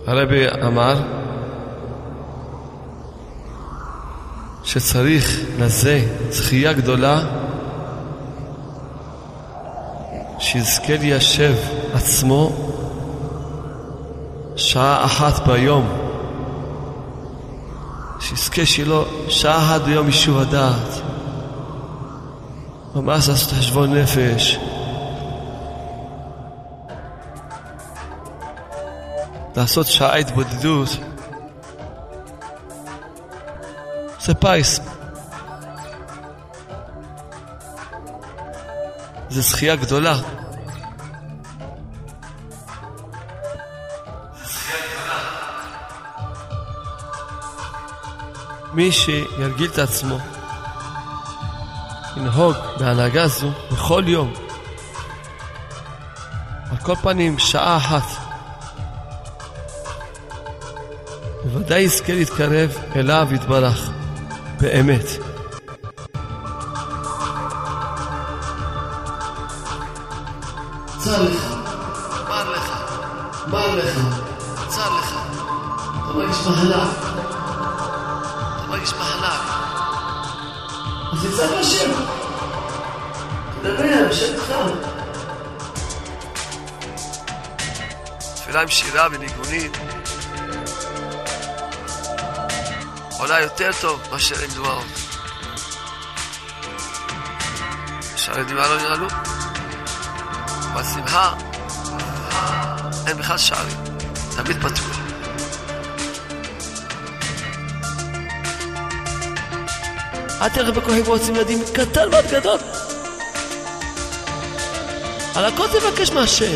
הרבי אמר שצריך לזה זכייה גדולה שיזכה ליישב עצמו שעה אחת ביום, שיזכה שלו שעה אחת ביום יישוב הדעת, ממש לעשות חשבון נפש, לעשות שעה התבודדות. זה פייס, זה זכייה גדולה. מי שירגיל את עצמו לנהוג בהנהגה זו בכל יום, על כל פנים שעה אחת, בוודאי יזכה להתקרב אליו יתברך באמת. צר לך, מר לך, צר לך, אתה מרגיש מחלה, אז תצטרך לשם, תדבר, בשמך. תפילה עם שירה וניגונים עולה יותר טוב מאשר עם דמעות. שערי דמעה לא נראה לו, בשמחה אין בכלל שערים, תמיד פתוח. אל תלך בכוחי ועוצים ילדים קטן מאוד גדול, על הכל תבקש מהשם,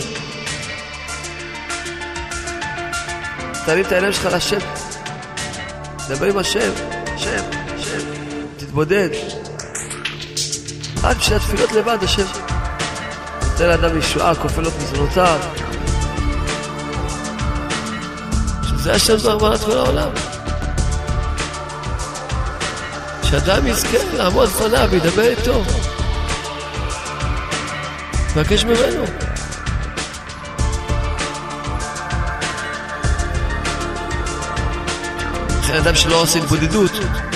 תרים את העיניים שלך לשם, דבר עם השם, השם, תתבודד, רק בשביל התפילות לבד השם נותן לאדם ישועה, כופל לו מזונותיו, שזה השם זו הרמנת כל העולם, שאדם יזכה לעמוד פניו וידבר איתו, מבקש ממנו. לכן אדם שלא עושה התבודדות,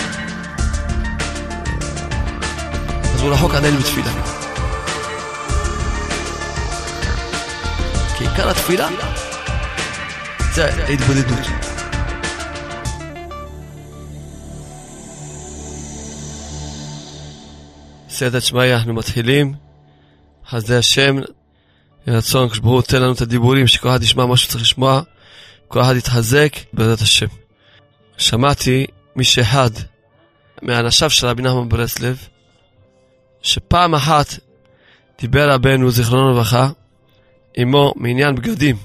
אז הוא רחוק עדיין בתפילה, כי עיקר התפילה זה ההתבודדות. סייעתא שמיא, אנחנו מתחילים. חסדי השם, רצון כשברוך תן לנו את הדיבורים, שכל אחד ישמע מה שצריך לשמוע, כל אחד יתחזק בעזרת השם. שמעתי משאחד מאנשיו של רבי נחמן מברסלב, שפעם אחת דיבר רבנו זיכרונו לברכה עמו מעניין בגדים,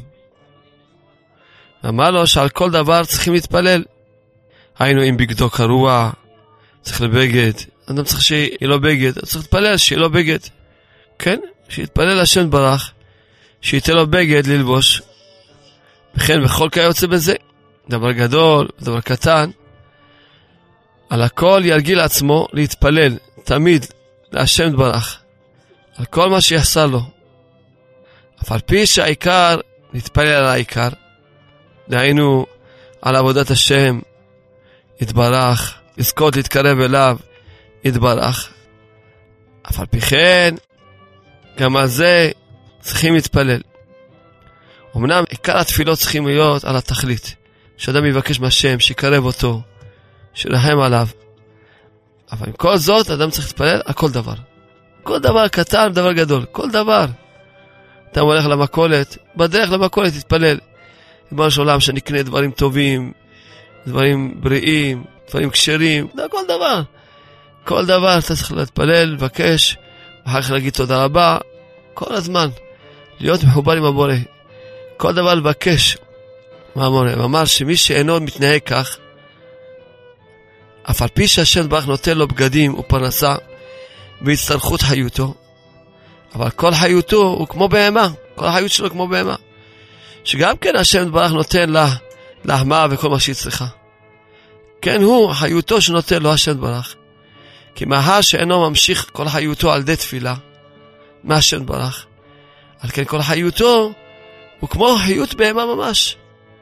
אמר לו שעל כל דבר צריכים להתפלל, היינו אם בגדו קרוע צריך לבגד, אדם צריך שיהיה לו בגד, צריך להתפלל שיהיה לו בגד, כן? שיתפלל השם ברך שייתן לו בגד ללבוש, וכן בכל כיוצא בזה, דבר גדול, דבר קטן, על הכל ירגיל עצמו להתפלל תמיד להשם ברך על כל מה שיחסר לו, אף על פי שהעיקר להתפלל על העיקר, דהיינו על עבודת השם יתברך, לזכות להתקרב אליו יתברך, אף על פי כן גם על זה צריכים להתפלל. אמנם עיקר התפילות צריכים להיות על התכלית, שאדם יבקש מהשם שיקרב אותו, שרחם עליו, אבל עם כל זאת אדם צריך להתפלל על כל דבר, כל דבר קטן, דבר גדול, כל דבר. אדם הולך למכולת, בדרך למכולת תתפלל, ריבונו של עולם שנקנה דברים טובים, דברים בריאים, דברים כשרים, כל דבר, כל דבר אתה צריך להתפלל, לבקש, ואחר כך להגיד תודה רבה, כל הזמן להיות מחובר עם הבורא, כל דבר לבקש מהבורא. הוא אמר שמי שאינו מתנהג כך, אף על פי שהשם ברך נותן לו בגדים ופרנסה והצטרכות חיותו, אבל כל חיותו הוא כמו בהמה, כל החיות שלו כמו בהמה, שגם כן השם ברך נותן לה לחמה וכל מה שהיא צריכה, כן הוא חיותו שנותן לו השם ברך, כי מאחר שאינו ממשיך כל חיותו על ידי תפילה מהשם ברך, על כן כל חיותו הוא כמו חיות בהמה ממש,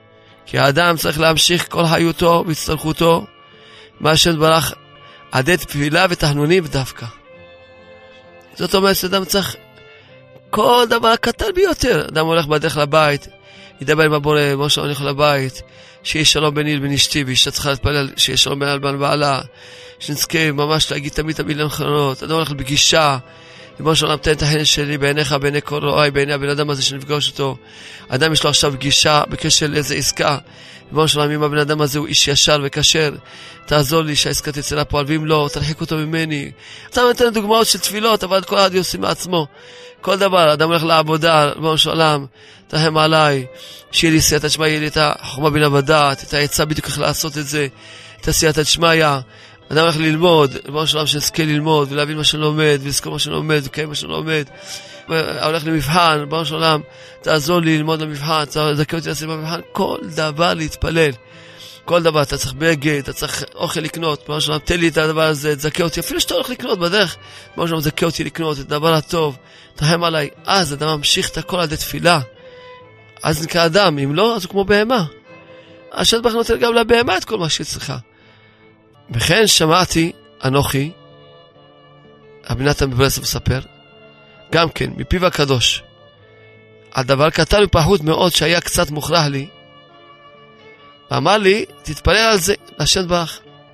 כי האדם צריך להמשיך כל חיותו והצטרכותו מהשם יתברך עדי תפילה ותחנונים ודווקא. זאת אומרת שאדם צריך כל דבר קטן ביותר. אדם הולך בדרך לבית, ידבר עם הבורא, משה הולך לבית, שיהיה שלום ביני לבין אשתי, ואשתה צריכה להתפלל שיהיה שלום בין אלבן בעלה, שנזכה ממש להגיד תמיד המילים הנכונות. אדם הולך לפגישה, משה עולם תן את החן שלי בעיניך, בעיני כל רואי, בעיני הבן אדם הזה שנפגוש אותו. אדם יש לו עכשיו פגישה בקשר לאיזה עסקה, משה עולם אם הבן אדם הזה הוא איש ישר וכשר, תעזור לי שהעסקה תצא לפועל, ואם לא תרחיק אותו ממני. אתה נותן דוגמאות של תפילות, אבל כל אחד יוצא מעצמו. כל דבר, אדם הולך לעבודה, משה עולם תרחם עליי, שיהיה לי סייעתא דשמיא, יהיה לי את החוכמה בינה ודעת, את העצה בדיוק איך לעשות את זה, את הסייעתא דשמיא. אדם הולך ללמוד, משה עולם שנזכה ללמוד ולהבין מה שלומד ולזכור מה שלומד וכן מה שלומד. הולך למבחן, משה עולם תעזור לי ללמוד למבחן, תזכה אותי לעשות במבחן. כל דבר להתפלל, כל דבר. אתה צריך בגד, אתה צריך אוכל לקנות, משה עולם תן לי את הדבר הזה, תזכה אותי, אפילו שאתה הולך לקנות בדרך, משה עולם תזכה אותי לקנות את הדבר הטוב, תרחם עליי. אז אדם ממשיך את הכל על ידי תפילה, אז נקרא אדם. אם לא, אז הוא כמו בהמה. השם יתברך נותן גם לבהמה את כל מה שהיא צריכה. וכן שמעתי אנוכי, רבי נתן מברסלב מספר, גם כן מפיו הקדוש, על דבר קטן ופחות מאוד שהיה קצת מוכרח לי, ואמר לי תתפלל על זה להשם יתברך.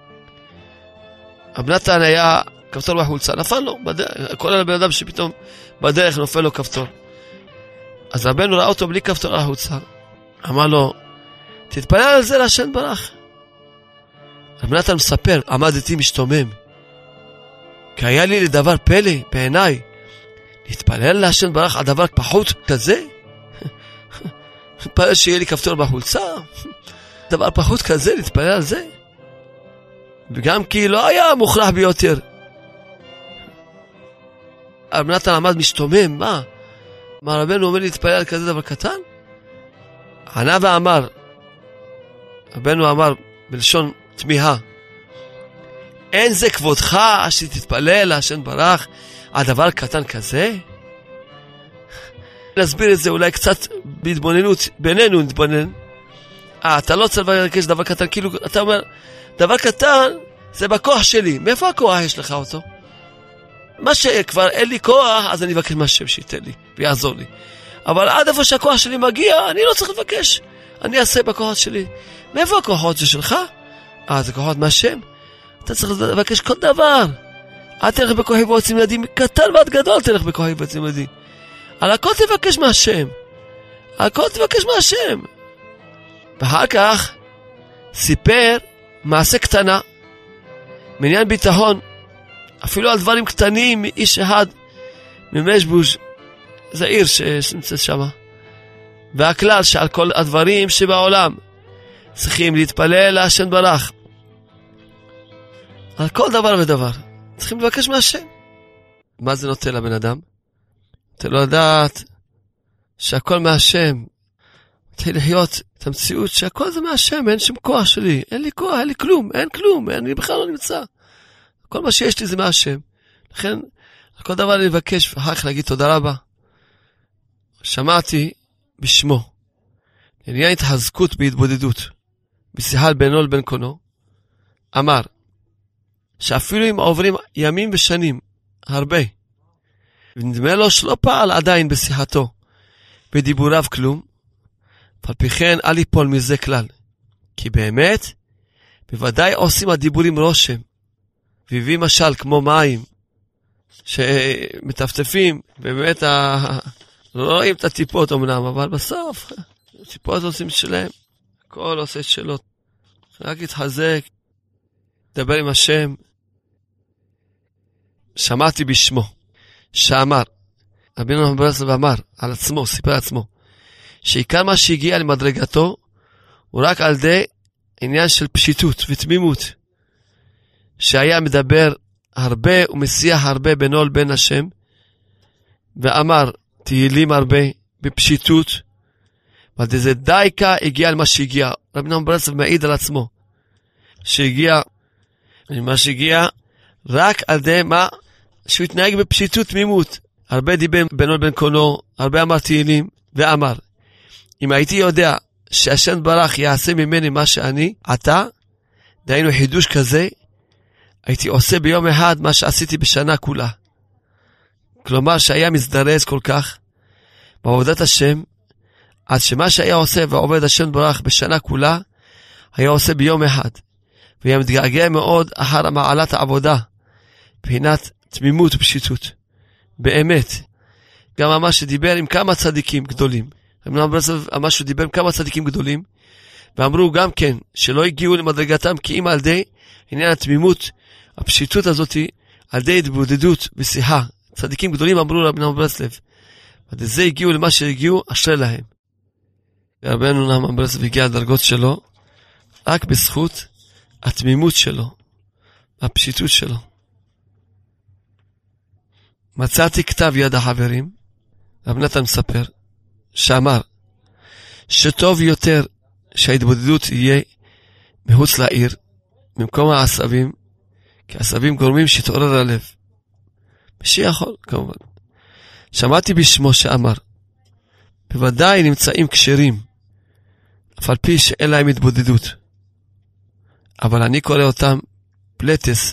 רבי נתן היה כפתור בחולצה, נפל לו כל הבן אדם שפתאום בדרך נופל לו כפתור, אז רבנו ראה אותו בלי כפתור על החולצה, אמר לו תתפלל על זה להשם יתברך. רבי נתן מספר, עמדתי משתומם, כי היה לי לדבר פלא בעיניי, להתפלל להשם יתברך על דבר פחות כזה? להתפלל שיהיה לי כפתור בחולצה? דבר פחות כזה, להתפלל על זה? וגם כי לא היה מוכרח ביותר. רבי נתן עמד משתומם, מה רבנו אומר לי להתפלל על כזה דבר קטן? ענה ואמר, רבנו אמר בלשון תמיהה, אין זה כבודך שתתפלל להשם יתברך על דבר קטן כזה? נסביר את זה אולי קצת בהתבוננות, בינינו נתבונן. אתה לא צריך לבקש דבר קטן, כאילו אתה אומר דבר קטן זה בכוח שלי. מאיפה הכוח יש לך אותו? מה שכבר אין לי כוח, אז אני אבקש מהשם שייתן לי ויעזור לי. אבל עד איפה שהכוח שלי מגיע, אני לא צריך לבקש, אני אעשה בכוחות שלי. מאיפה הכוחות זה שלך? זה כוחות מהשם. אתה צריך לבקש כל דבר. אל תלך בכוחי ועוצם ידי, מקטן ועד גדול תלך בכוחי ועוצם ידי. על הכל תבקש מהשם, על הכל תבקש מהשם. ואחר כך סיפר מעשה קטנה מעניין ביטחון, אפילו על דברים קטנים, מאיש אחד ממשבוז', זה עיר שנמצאת שם, והכלל שעל כל הדברים שבעולם צריכים להתפלל להשם יתברך על כל דבר ודבר, צריכים לבקש מהשם. מה זה נותן לבן אדם? נותן לו לדעת שהכל מהשם, נותן לחיות את המציאות שהכל זה מהשם, אין שום כוח שלי, אין לי כוח, אין לי כלום, אין כלום, אני בכלל לא נמצא, כל מה שיש לי זה מהשם. לכן על כל דבר אני מבקש ואחר כך להגיד תודה רבה. שמעתי בשמו לעניין התחזקות בהתבודדות בשיחה בינו לבין קונו, אמר שאפילו אם עוברים ימים ושנים הרבה ונדמה לו שלא פעל עדיין בשיחתו בדיבוריו כלום, ועל פי כן אל יפול מזה כלל, כי באמת בוודאי עושים הדיבורים רושם, והביא משל כמו מים שמטפטפים, באמת לא רואים את הטיפות אמנם, אבל בסוף הטיפות עושים שלהם, הכל עושה שלו. רק יתחזק, דבר עם השם. שמעתי בשמו שאמר, רבי נתן מברסלב אמר על עצמו, סיפר על עצמו, שעיקר מה שהגיע למדרגתו הוא רק על ידי עניין של פשיטות ותמימות, שהיה מדבר הרבה ומשיח הרבה בינו לבין השם, ואמר תהילים הרבה בפשיטות, ועל זה דייקה הגיע למה שהגיע. רבי נתן מברסלב מעיד על עצמו שהגיע למה שהגיע רק על ידי מה שהוא התנהג בפשיטות תמימות. הרבה דיבר בינו לבין קונו, הרבה אמר תהילים, ואמר אם הייתי יודע שהשם ברח יעשה ממני מה שאני, עתה, דהיינו חידוש כזה, הייתי עושה ביום אחד מה שעשיתי בשנה כולה. כלומר שהיה מזדרז כל כך בעבודת השם, עד שמה שהיה עושה ועובד השם ברח בשנה כולה, היה עושה ביום אחד, והיה מתגעגע מאוד אחר מעלת העבודה, בחינת תמימות ופשיטות. באמת, גם ממש שדיבר עם כמה צדיקים גדולים, ממש שדיבר עם כמה צדיקים גדולים, ואמרו גם כן, שלא הגיעו למדרגתם, כי אם על די עניין התמימות, הפשיטות הזאת, על די התבודדות ושיחה. צדיקים גדולים אמרו רבנו ברסלב, וזה הגיעו למה שהגיעו, אשרי להם. רבנו נחמן ברסלב הגיע לדרגות שלו, רק בזכות התמימות שלו, הפשיטות שלו. מצאתי כתב יד החברים, רב נתן מספר, שאמר, שטוב יותר שההתבודדות יהיה מחוץ לעיר, במקום העשבים, כי העשבים גורמים שתעורר הלב. שיכול, כמובן. שמעתי בשמו שאמר, בוודאי נמצאים כשרים, אף על פי שאין להם התבודדות. אבל אני קורא אותם פלטס,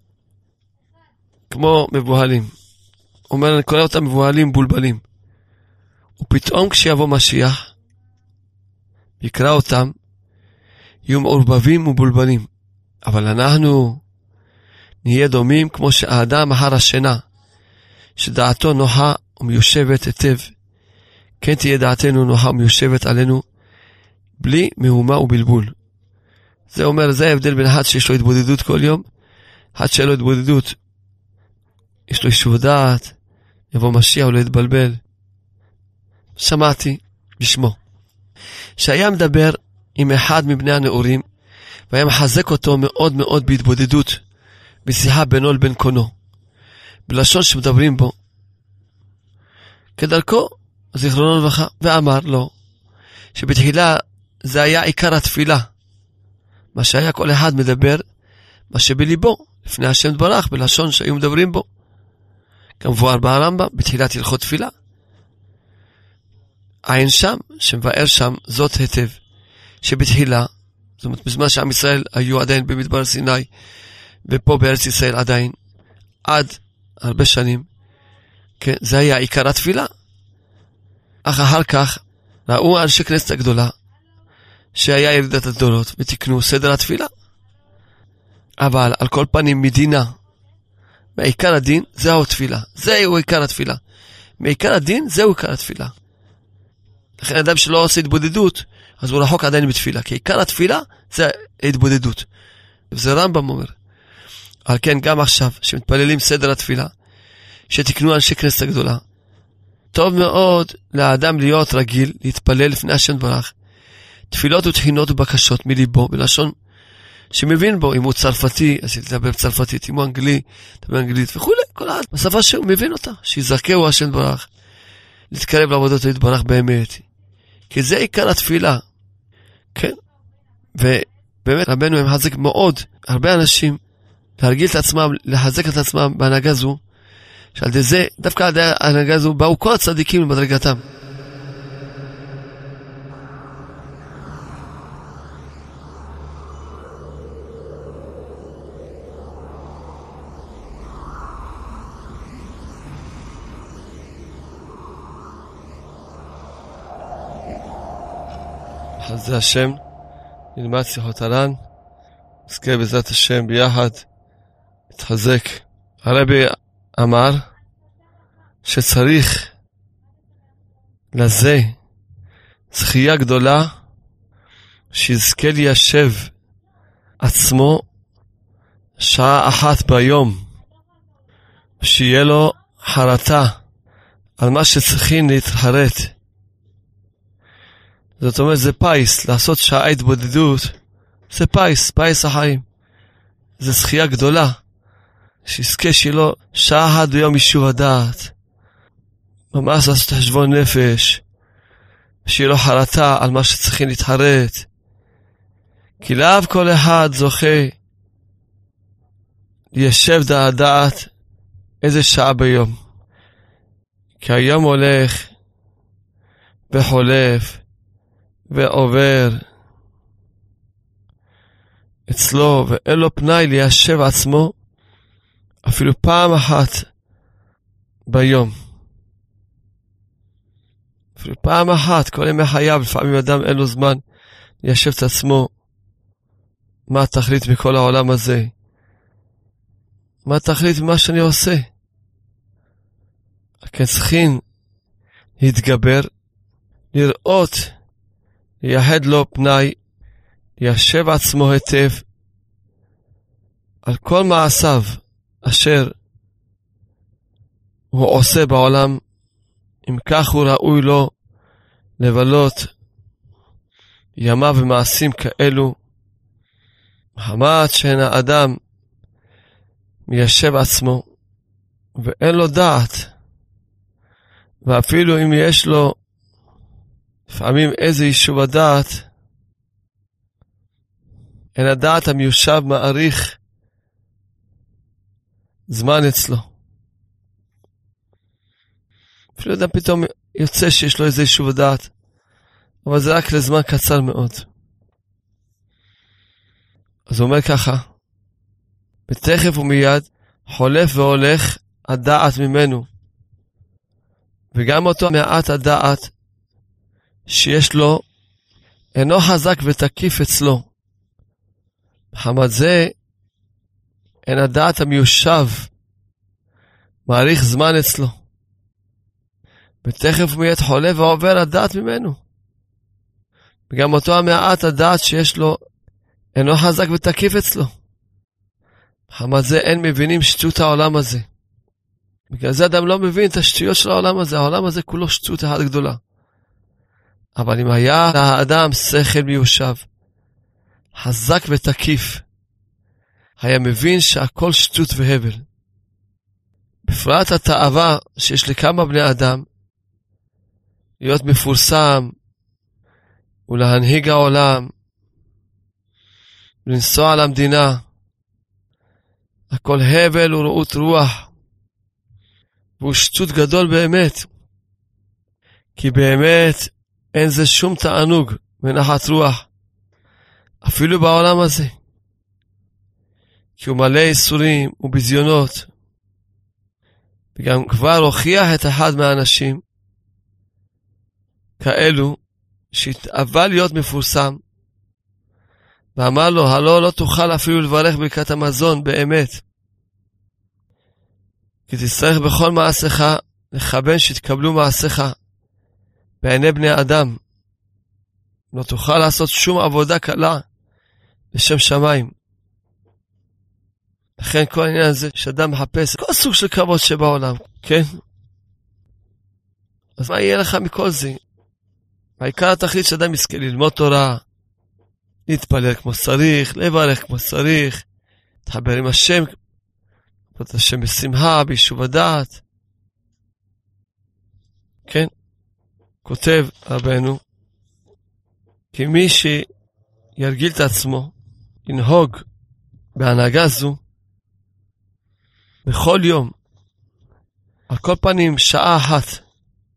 כמו מבוהלים. אומר, אני קורא אותם מבוהלים בולבלים. ופתאום כשיבוא משיח, יקרא אותם, יהיו מעורבבים ובולבלים. אבל אנחנו נהיה דומים כמו שהאדם אחר השינה, שדעתו נוחה ומיושבת היטב, כן תהיה דעתנו נוחה ומיושבת עלינו, בלי מהומה ובלבול. זה אומר, זה ההבדל בין אחד שיש לו התבודדות כל יום, אחד שאין לו התבודדות, יש לו יישוב דעת, יבוא משיח ולא יתבלבל. שמעתי בשמו, שהיה מדבר עם אחד מבני הנאורים, והיה מחזק אותו מאוד מאוד בהתבודדות, בשיחה בינו לבין קונו, בלשון שמדברים בו, כדרכו, זיכרונו לברכה, ואמר לו, שבתחילה זה היה עיקר התפילה, מה שהיה כל אחד מדבר, מה שבליבו, לפני השם יתברך, בלשון שהיו מדברים בו, כמבואר ברמב"ם, בתחילת הלכות תפילה. עין שם, שמבאר שם, זאת היטב, שבתחילה, זאת אומרת, בזמן שעם ישראל היו עדיין במדבר סיני, ופה בארץ ישראל עדיין, עד הרבה שנים, כן, זה היה עיקר התפילה. אך אחר כך, ראו אנשי כנסת הגדולה, שהיה ירידת הדורות, ותקנו סדר התפילה. אבל על כל פנים מדינה, מעיקר הדין, זהו התפילה. זהו עיקר התפילה. מעיקר הדין, זהו עיקר התפילה. לכן אדם שלא עושה התבודדות, אז הוא רחוק עדיין בתפילה. כי עיקר התפילה, זה התבודדות. וזה רמב"ם אומר. על כן גם עכשיו, שמתפללים סדר התפילה, שתקנו אנשי כנסת הגדולה, טוב מאוד לאדם להיות רגיל, להתפלל לפני השם ברך, תפילות ותחינות ובקשות מליבו, בלשון שמבין בו, אם הוא צרפתי, אז ידבר צרפתית, אם הוא אנגלי, ידבר אנגלית וכו', כל אחד, בשפה שהוא מבין אותה, שיזכהו השם ברך, להתקרב לעבודות ולהתברך באמת, כי זה עיקר התפילה, כן, ובאמת רבנו הם מחזק מאוד, הרבה אנשים, להרגיל את עצמם, לחזק את עצמם בהנהגה זו, שעל ידי זה, דווקא על ידי ההנהגה זו, באו כל הצדיקים למדרגתם. חסדי השם, נלמד שיחות הר"ן, נזכה בעזרת השם ביחד, להתחזק. הרבי אמר שצריך לזה זכייה גדולה שיזכה ליישב עצמו שעה אחת ביום, שיהיה לו חרטה על מה שצריכים להתחרט. זאת אומרת, זה פייס, לעשות שעה התבודדות, זה פייס החיים. זה זכייה גדולה, שיזכה שלו שעה אחת ביום יישוב הדעת, ממש לעשות חשבון נפש, שיהיה לו חרטה על מה שצריכים להתחרט, כי לאו כל אחד זוכה ליישב דעת איזה שעה ביום, כי היום הולך וחולף, ועובר אצלו, ואין לו פנאי ליישב עצמו אפילו פעם אחת ביום. אפילו פעם אחת, כל ימי חייו, לפעמים אדם אין לו זמן ליישב את עצמו. מה התכלית מכל העולם הזה? מה התכלית ממה שאני עושה? כן, צריכים להתגבר, לראות, לייחד לו פנאי, ליישב עצמו היטב על כל מעשיו אשר הוא עושה בעולם. אם כך הוא ראוי לו לבלות ימיו ומעשים כאלו, מחמת שאין האדם מיישב עצמו ואין לו דעת, ואפילו אם יש לו לפעמים איזה יישוב הדעת, אין הדעת המיושב מעריך זמן אצלו. אפילו אדם פתאום יוצא שיש לו איזה יישוב הדעת, אבל זה רק לזמן קצר מאוד. אז הוא אומר ככה, בתכף ומיד חולף והולך הדעת ממנו, וגם אותו מעט הדעת שיש לו אינו חזק ותקיף אצלו. מחמת זה אין הדעת המיושב מעריך זמן אצלו. בתכף ומיד חולף ועובר הדעת ממנו, וגם אותו המעט הדעת שיש לו אינו חזק ותקיף אצלו. מחמת זה אין מבינים שטות העולם הזה. בגלל זה אדם לא מבין את השטויות של העולם הזה. העולם הזה כולו שטות אחת גדולה. אבל אם היה לאדם שכל מיושב, חזק ותקיף, היה מבין שהכל שטות והבל. בפרט התאווה שיש לכמה בני אדם, להיות מפורסם, ולהנהיג העולם, ולנסוע על המדינה, הכל הבל ורעות רוח, והוא שטות גדול באמת, כי באמת אין זה שום תענוג ונחת רוח, אפילו בעולם הזה, כי הוא מלא איסורים ובזיונות, וגם כבר הוכיח את אחד מהאנשים כאלו שהתאווה להיות מפורסם, ואמר לו, הלא לא תוכל אפילו לברך ברכת המזון באמת, כי תצטרך בכל מעשיך לכוון שתקבלו מעשיך בעיני בני אדם. לא תוכל לעשות שום עבודה קלה לשם שמיים. לכן כל העניין הזה שאדם מחפש כל סוג של כבוד שבעולם, כן? אז מה יהיה לך מכל זה? העיקר התכלית שאדם יזכה ללמוד תורה, להתפלל כמו צריך, לברך כמו צריך, להתחבר עם השם, את השם בשמחה, ביישוב הדעת. כן? כותב רבנו, כי מי שירגיל את עצמו לנהוג בהנהגה זו, בכל יום, על כל פנים שעה אחת,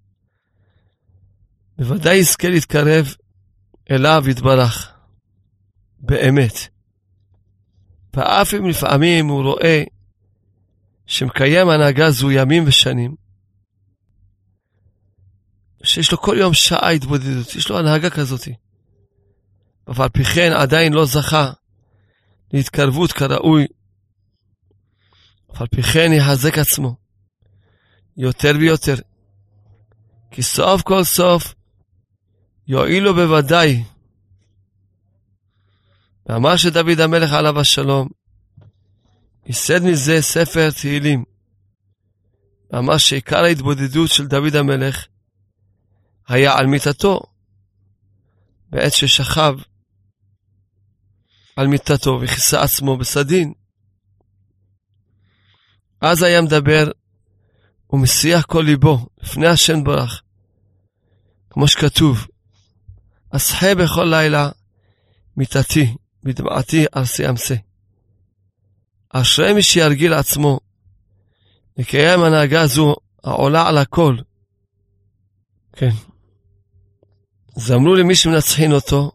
בוודאי יזכה להתקרב אליו יתברך, באמת. ואף אם לפעמים הוא רואה שמקיים הנהגה זו ימים ושנים, שיש לו כל יום שעה התבודדות, יש לו הנהגה כזאת, אבל פי כן עדיין לא זכה להתקרבות כראוי, אבל פי כן יחזק עצמו יותר ויותר, כי סוף כל סוף יועיל לו בוודאי. ואמר שדוד המלך עליו השלום ייסד מזה ספר תהילים, ואמר שעיקר ההתבודדות של דוד המלך היה על מיטתו, בעת ששכב על מיטתו וכיסה עצמו בסדין. אז היה מדבר ומשיח כל ליבו לפני השם ברך, כמו שכתוב, אסחה בכל לילה מיטתי בדמעתי ארסי אמסה. אשרי מי שירגיל עצמו לקיים הנהגה זו העולה על הכל. כן, זמרו למי שמנצחין אותו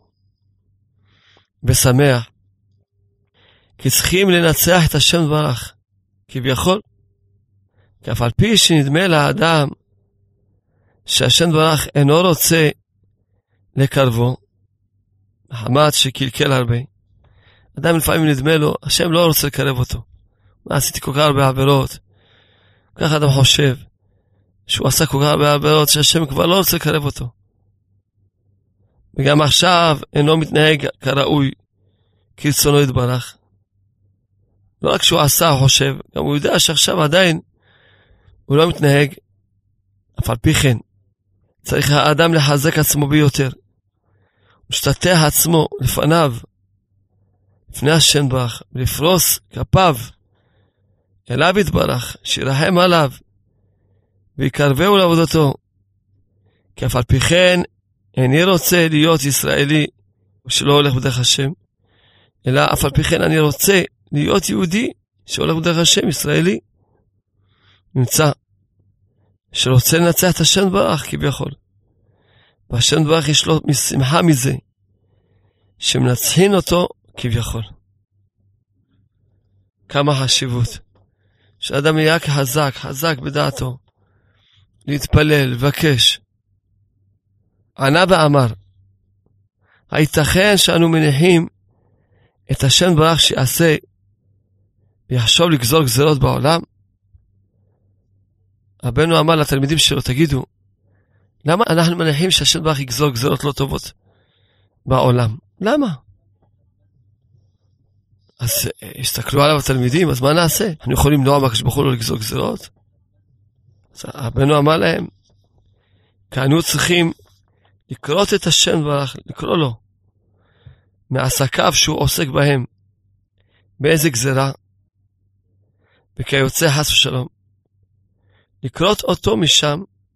ושמח, כי צריכים לנצח את השם ברך, כביכול, כי אף על פי שנדמה לאדם שהשם ברך אינו רוצה לקרבו, מחמת שקלקל הרבה. אדם לפעמים נדמה לו, השם לא רוצה לקרב אותו. מה, עשיתי כל כך הרבה עבירות? ככה אדם חושב, שהוא עשה כל כך הרבה עבירות, שהשם כבר לא רוצה לקרב אותו. וגם עכשיו אינו מתנהג כראוי, כרצונו יתברך. לא רק שהוא עשה, הוא חושב, גם הוא יודע שעכשיו עדיין הוא לא מתנהג. אף על פי כן, צריך האדם לחזק עצמו ביותר. משתתח עצמו לפניו, לפני השם ברך, ולפרוס כפיו אליו יתברך, שירחם עליו, ויקרבהו לעבודתו. כי אף על פי כן, איני רוצה להיות ישראלי, שלא הולך בדרך השם, אלא אף על פי כן אני רוצה להיות יהודי, שהולך בדרך השם, ישראלי. נמצא, שרוצה לנצח את השם ברך כביכול. והשם ברך יש לו שמחה מזה, שמנצחין אותו כביכול. כמה חשיבות. שאדם יהיה חזק בדעתו, להתפלל, לבקש. ענה ואמר, הייתכן שאנו מניחים את השם ברך שיעשה ויחשוב לגזור גזרות בעולם? רבנו אמר לתלמידים שלו, תגידו, למה אנחנו מניחים שהשם ברך יגזור גזרות לא טובות בעולם? למה? אז הסתכלו עליו התלמידים, אז מה נעשה? אנחנו יכולים למנוע מהקדוש ברוך הוא לא לגזור גזרות? אז רבנו אמר להם, כי אנו צריכים לקרות את השם ברך, לקרוא לו, מעסקיו שהוא עוסק בהם, באיזה גזרה, וכיוצא חס ושלום, לקרות אותו משם,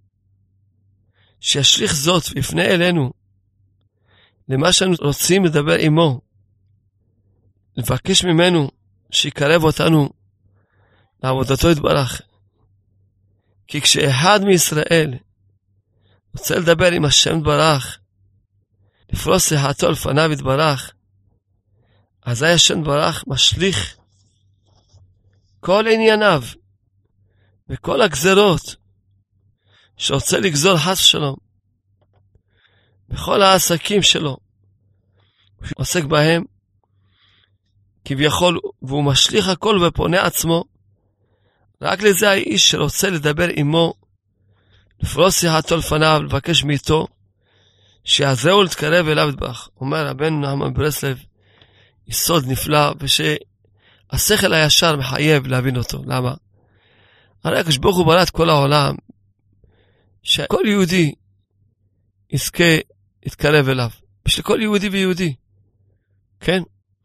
שישליך זאת ויפנה אלינו, למה שאנו רוצים לדבר עמו, לבקש ממנו שיקרב אותנו לעבודתו יתברך. כי כשאחד מישראל רוצה לדבר עם השם יתברך, לפרוס שיחתו לפניו יתברך, אזי השם יתברך משליך כל ענייניו וכל הגזרות שרוצה לגזור חס ושלום בכל העסקים שלו, הוא עוסק בהם כביכול, והוא משליך הכל ופונה עצמו רק לזה האיש שרוצה לדבר עמו, לפרוס שיחתו לפניו, לבקש מאיתו שיעזרו להתקרב אליו יתברך. אומר רבנו נחמן מברסלב, יסוד נפלא, ושהשכל הישר מחייב להבין אותו. למה? הרי הקדוש ברוך הוא ברא את כל העולם, שכל יהודי יזכה להתקרב אליו, בשביל כל יהודי ויהודי. כן?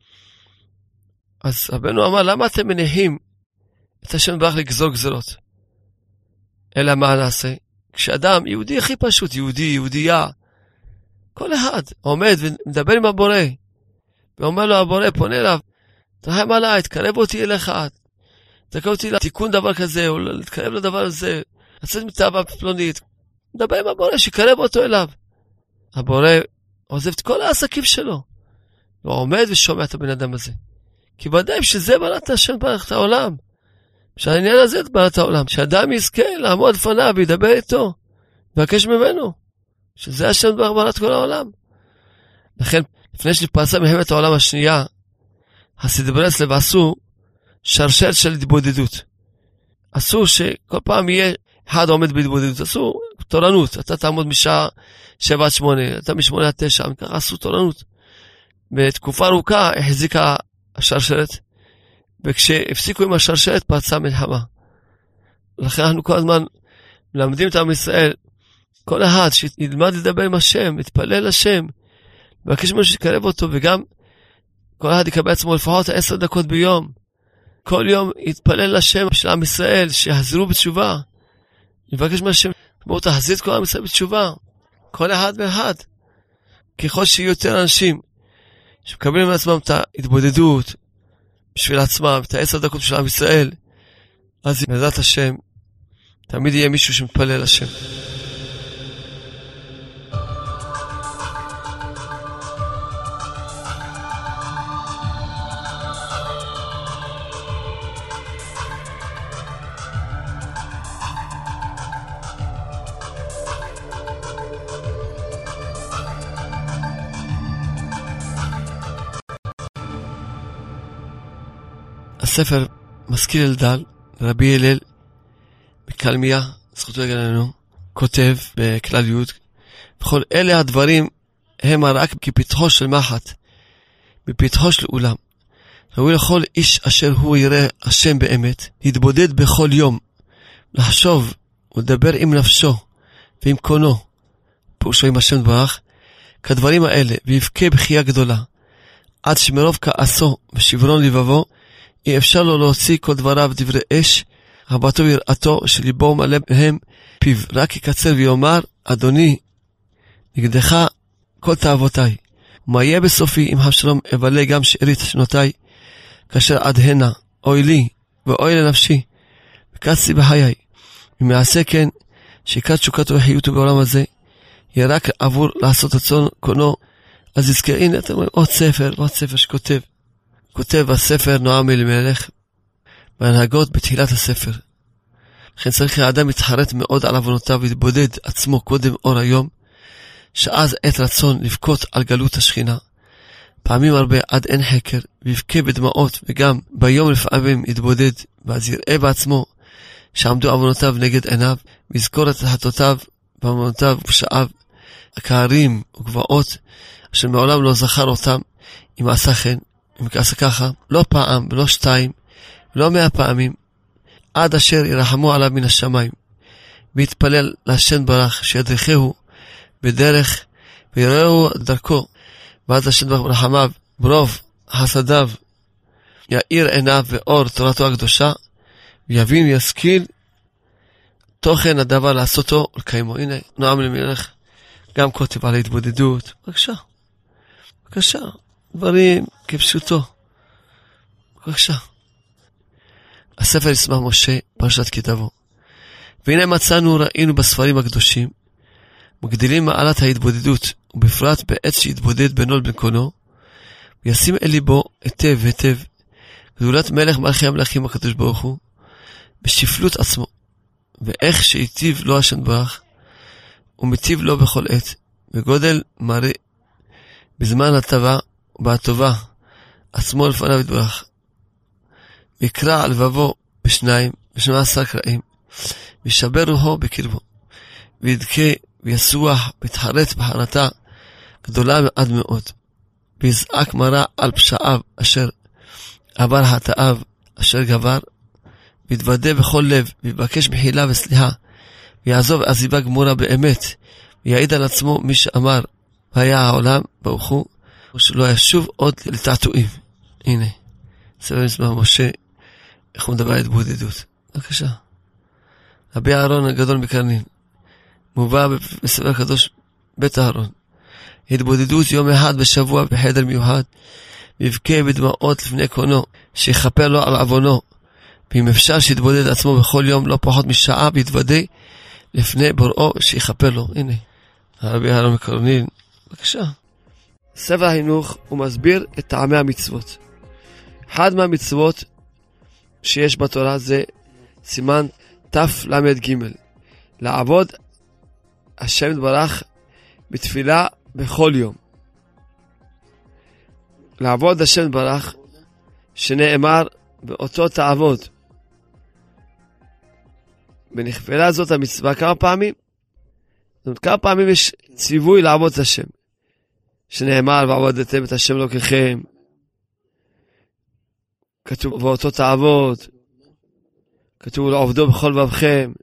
אז רבנו אמר, למה אתם מניחים את השם יתברך לגזור גזרות? אלא מה נעשה? כשאדם יהודי הכי פשוט, יהודייה, כל אחד עומד ומדבר עם הבורא, ואומר לו הבורא, פונה אליו, תרחם עליי, תקרב אותי אליך, תקרב אותי לתיקון דבר כזה, או להתקרב לדבר הזה, לצאת מתאווה פלונית, מדבר עם הבורא, שיקרב אותו אליו. הבורא עוזב את כל העסקים שלו, והוא עומד ושומע את הבן אדם הזה. כי ודאי שזה בראת השם ברך את העולם, שהעניין הזה בראת העולם, שאדם יזכה לעמוד לפניו וידבר איתו, ובקש ממנו, שזה השם ברך בראת כל העולם. לכן, לפני שפרצה מלחמת העולם השנייה, חסידי ברסלב עשו שרשרת של התבודדות. עשו שכל פעם יהיה אחד עומד בהתבודדות, עשו תורנות, אתה תעמוד משעה 7-8, אתה מ8-9, ככה עשו תורנות. בתקופה ארוכה החזיקה השרשרת, וכשהפסיקו עם השרשרת פרצה מלחמה. לכן אנחנו כל הזמן מלמדים את עם ישראל, כל אחד שילמד לדבר עם השם, מתפלל לשם, מבקש ממנו שיקרב אותו, וגם כל אחד יקבל עצמו לפחות 10 דקות ביום. כל יום יתפלל לשם של עם ישראל, שיחזרו בתשובה. מבקש מהשם, בואו תחזיר את כל עם ישראל בתשובה. כל אחד ואחד. ככל שיהיו יותר אנשים שמקבלים לעצמם את ההתבודדות בשביל עצמם, את 10 דקות של עם ישראל, אז בעזרת השם, תמיד יהיה מישהו שמתפלל לשם. הספר מזכיר אלדל, רבי הלל, בקלמיה, זכותו יגן לנו, כותב בכלל י' וכל אלה הדברים הם רק כפתחו של מחט, בפתחו של אולם. ראוי לכל איש אשר הוא יראה השם באמת, להתבודד בכל יום, לחשוב ולדבר עם נפשו ועם קונו, פירושו עם השם ברך, כדברים האלה, ויבכה בחייה גדולה, עד שמרוב כעסו ושברון לבבו, אי אפשר לו להוציא כל דבריו דברי אש, רבתו ויראתו שליבו מלא בהם פיו, רק יקצר ויאמר, אדוני, נגדך כל תאוותיי, ומה יהיה בסופי אם השלום אבלה גם שארית שנותיי, כאשר עד הנה, אוי לי ואוי לנפשי, וקצתי בחיי, ומעשה כן, שיקת תשוקתו וחיותו בעולם הזה, יהיה רק עבור לעשות רצון קונו, אז יזכר, הנה אתם רואים עוד ספר שכותב, כותב הספר נועם אלימלך, בהנהגות בתחילת הספר. לכן צריך האדם להתחרט מאוד על עוונותיו ולהתבודד עצמו קודם אור היום, שאז עת רצון לבכות על גלות השכינה, פעמים הרבה עד אין חקר, ויבכה בדמעות, וגם ביום לפעמים יתבודד, ואז יראה בעצמו שעמדו עוונותיו נגד עיניו, ויזכור את חטאותיו ועוונותיו ופשעיו, הקערים וגבעות, אשר מעולם לא זכר אותם, אם עשה כן, אם עשה ככה, לא פעם ולא 2, ולא 100 פעמים, עד אשר ירחמו עליו מן השמיים, ויתפלל להשם ברך, שידריכהו בדרך, ויראהו דרכו, ואז השם ברך ברחמיו, ברוב חסדיו, יאיר עיניו ואור תורתו הקדושה, ויבין וישכיל תוכן הדבר לעשותו ולקיימו. הנה, נועם אלימלך גם כותב על ההתבודדות. בבקשה, דברים כפשוטו. בבקשה. הספר ישמח משה, פרשת כתבו. והנה ראינו בספרים הקדושים, מגדילים מעלת ההתבודדות, ובפרט בעת שהתבודד בינו לבין קונו, וישים אל ליבו היטב, גדולת מלך מלכי המלכים הקדוש ברוך הוא, בשפלות עצמו, ואיך שהיטיב לו השם ברך, ומטיב לו בכל עת, בגודל מראה, בזמן הטבה ובהטובה, עצמו לפניו יתברך, ויקרע על לבבו ב12 קרעים, וישבר רוחו בקרבו, וידכה ויסוח, ויתחרט בחרטה גדולה עד מאוד, ויזעק מרה על פשעיו אשר עבר חטאיו אשר גבר, ויתוודה בכל לב, ויבקש מחילה וסליחה, ויעזוב עזיבה גמורה באמת, ויעיד על עצמו מי שאמר, והיה העולם ברוך הוא, ושלא ישוב עוד לתעתועים. הנה, ספר ישמח משה, איך הוא מדבר על התבודדות. בבקשה. רבי אהרון הגדול מקרנין, מובא בספר הקדוש בית אהרון. התבודדות יום אחד בשבוע בחדר מיוחד, ויבכה בדמעות לפני קונו, שיכפר לו על עוונו, ואם אפשר שיתבודד עצמו בכל יום לא פחות משעה, ויתוודה לפני בוראו שיכפר לו. הנה, רבי אהרון מקרנין, בבקשה. ספר החינוך הוא מסביר את טעמי המצוות. אחד מהמצוות שיש בתורה זה סימן תל"ג, לעבוד השם יתברך בתפילה בכל יום. לעבוד השם יתברך שנאמר באותו תעבוד. ונכפלה זאת המצווה כמה פעמים? זאת אומרת, כמה פעמים יש ציווי לעבוד את השם, שנאמר ועבדתם את השם אלוקיכם, כתוב באותו תעבוד, כתוב לעבדו בכל לבבכם.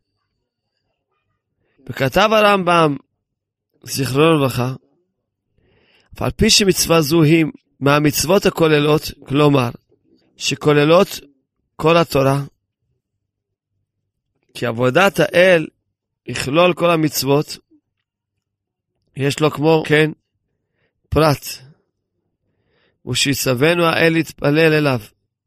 וכתב הרמב"ם זיכרונו לברכה, ועל פי שמצווה זו היא מהמצוות הכוללות, כלומר שכוללות כל התורה, כי עבודת האל יכלול כל המצוות, יש לו כמו כן פרט, ושיצוונו האל להתפלל אליו,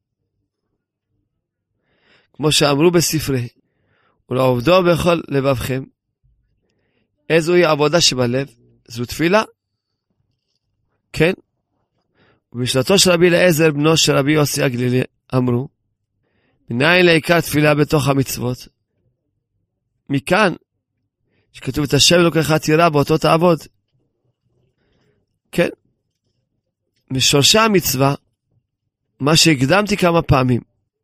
כמו שאמרו בספרי, ולעבדו בכל לבבכם. איזו היא עבודה שבלב? זו תפילה, כן. ובמשנתו של רבי אליעזר בנו של רבי יוסי הגלילי אמרו, מניין לעיקר תפילה בתוך המצוות? מכאן שכתוב את השם אלוקיך תירא באותו תעבוד. כן, משורשי המצווה, מה שהקדמתי כמה פעמים,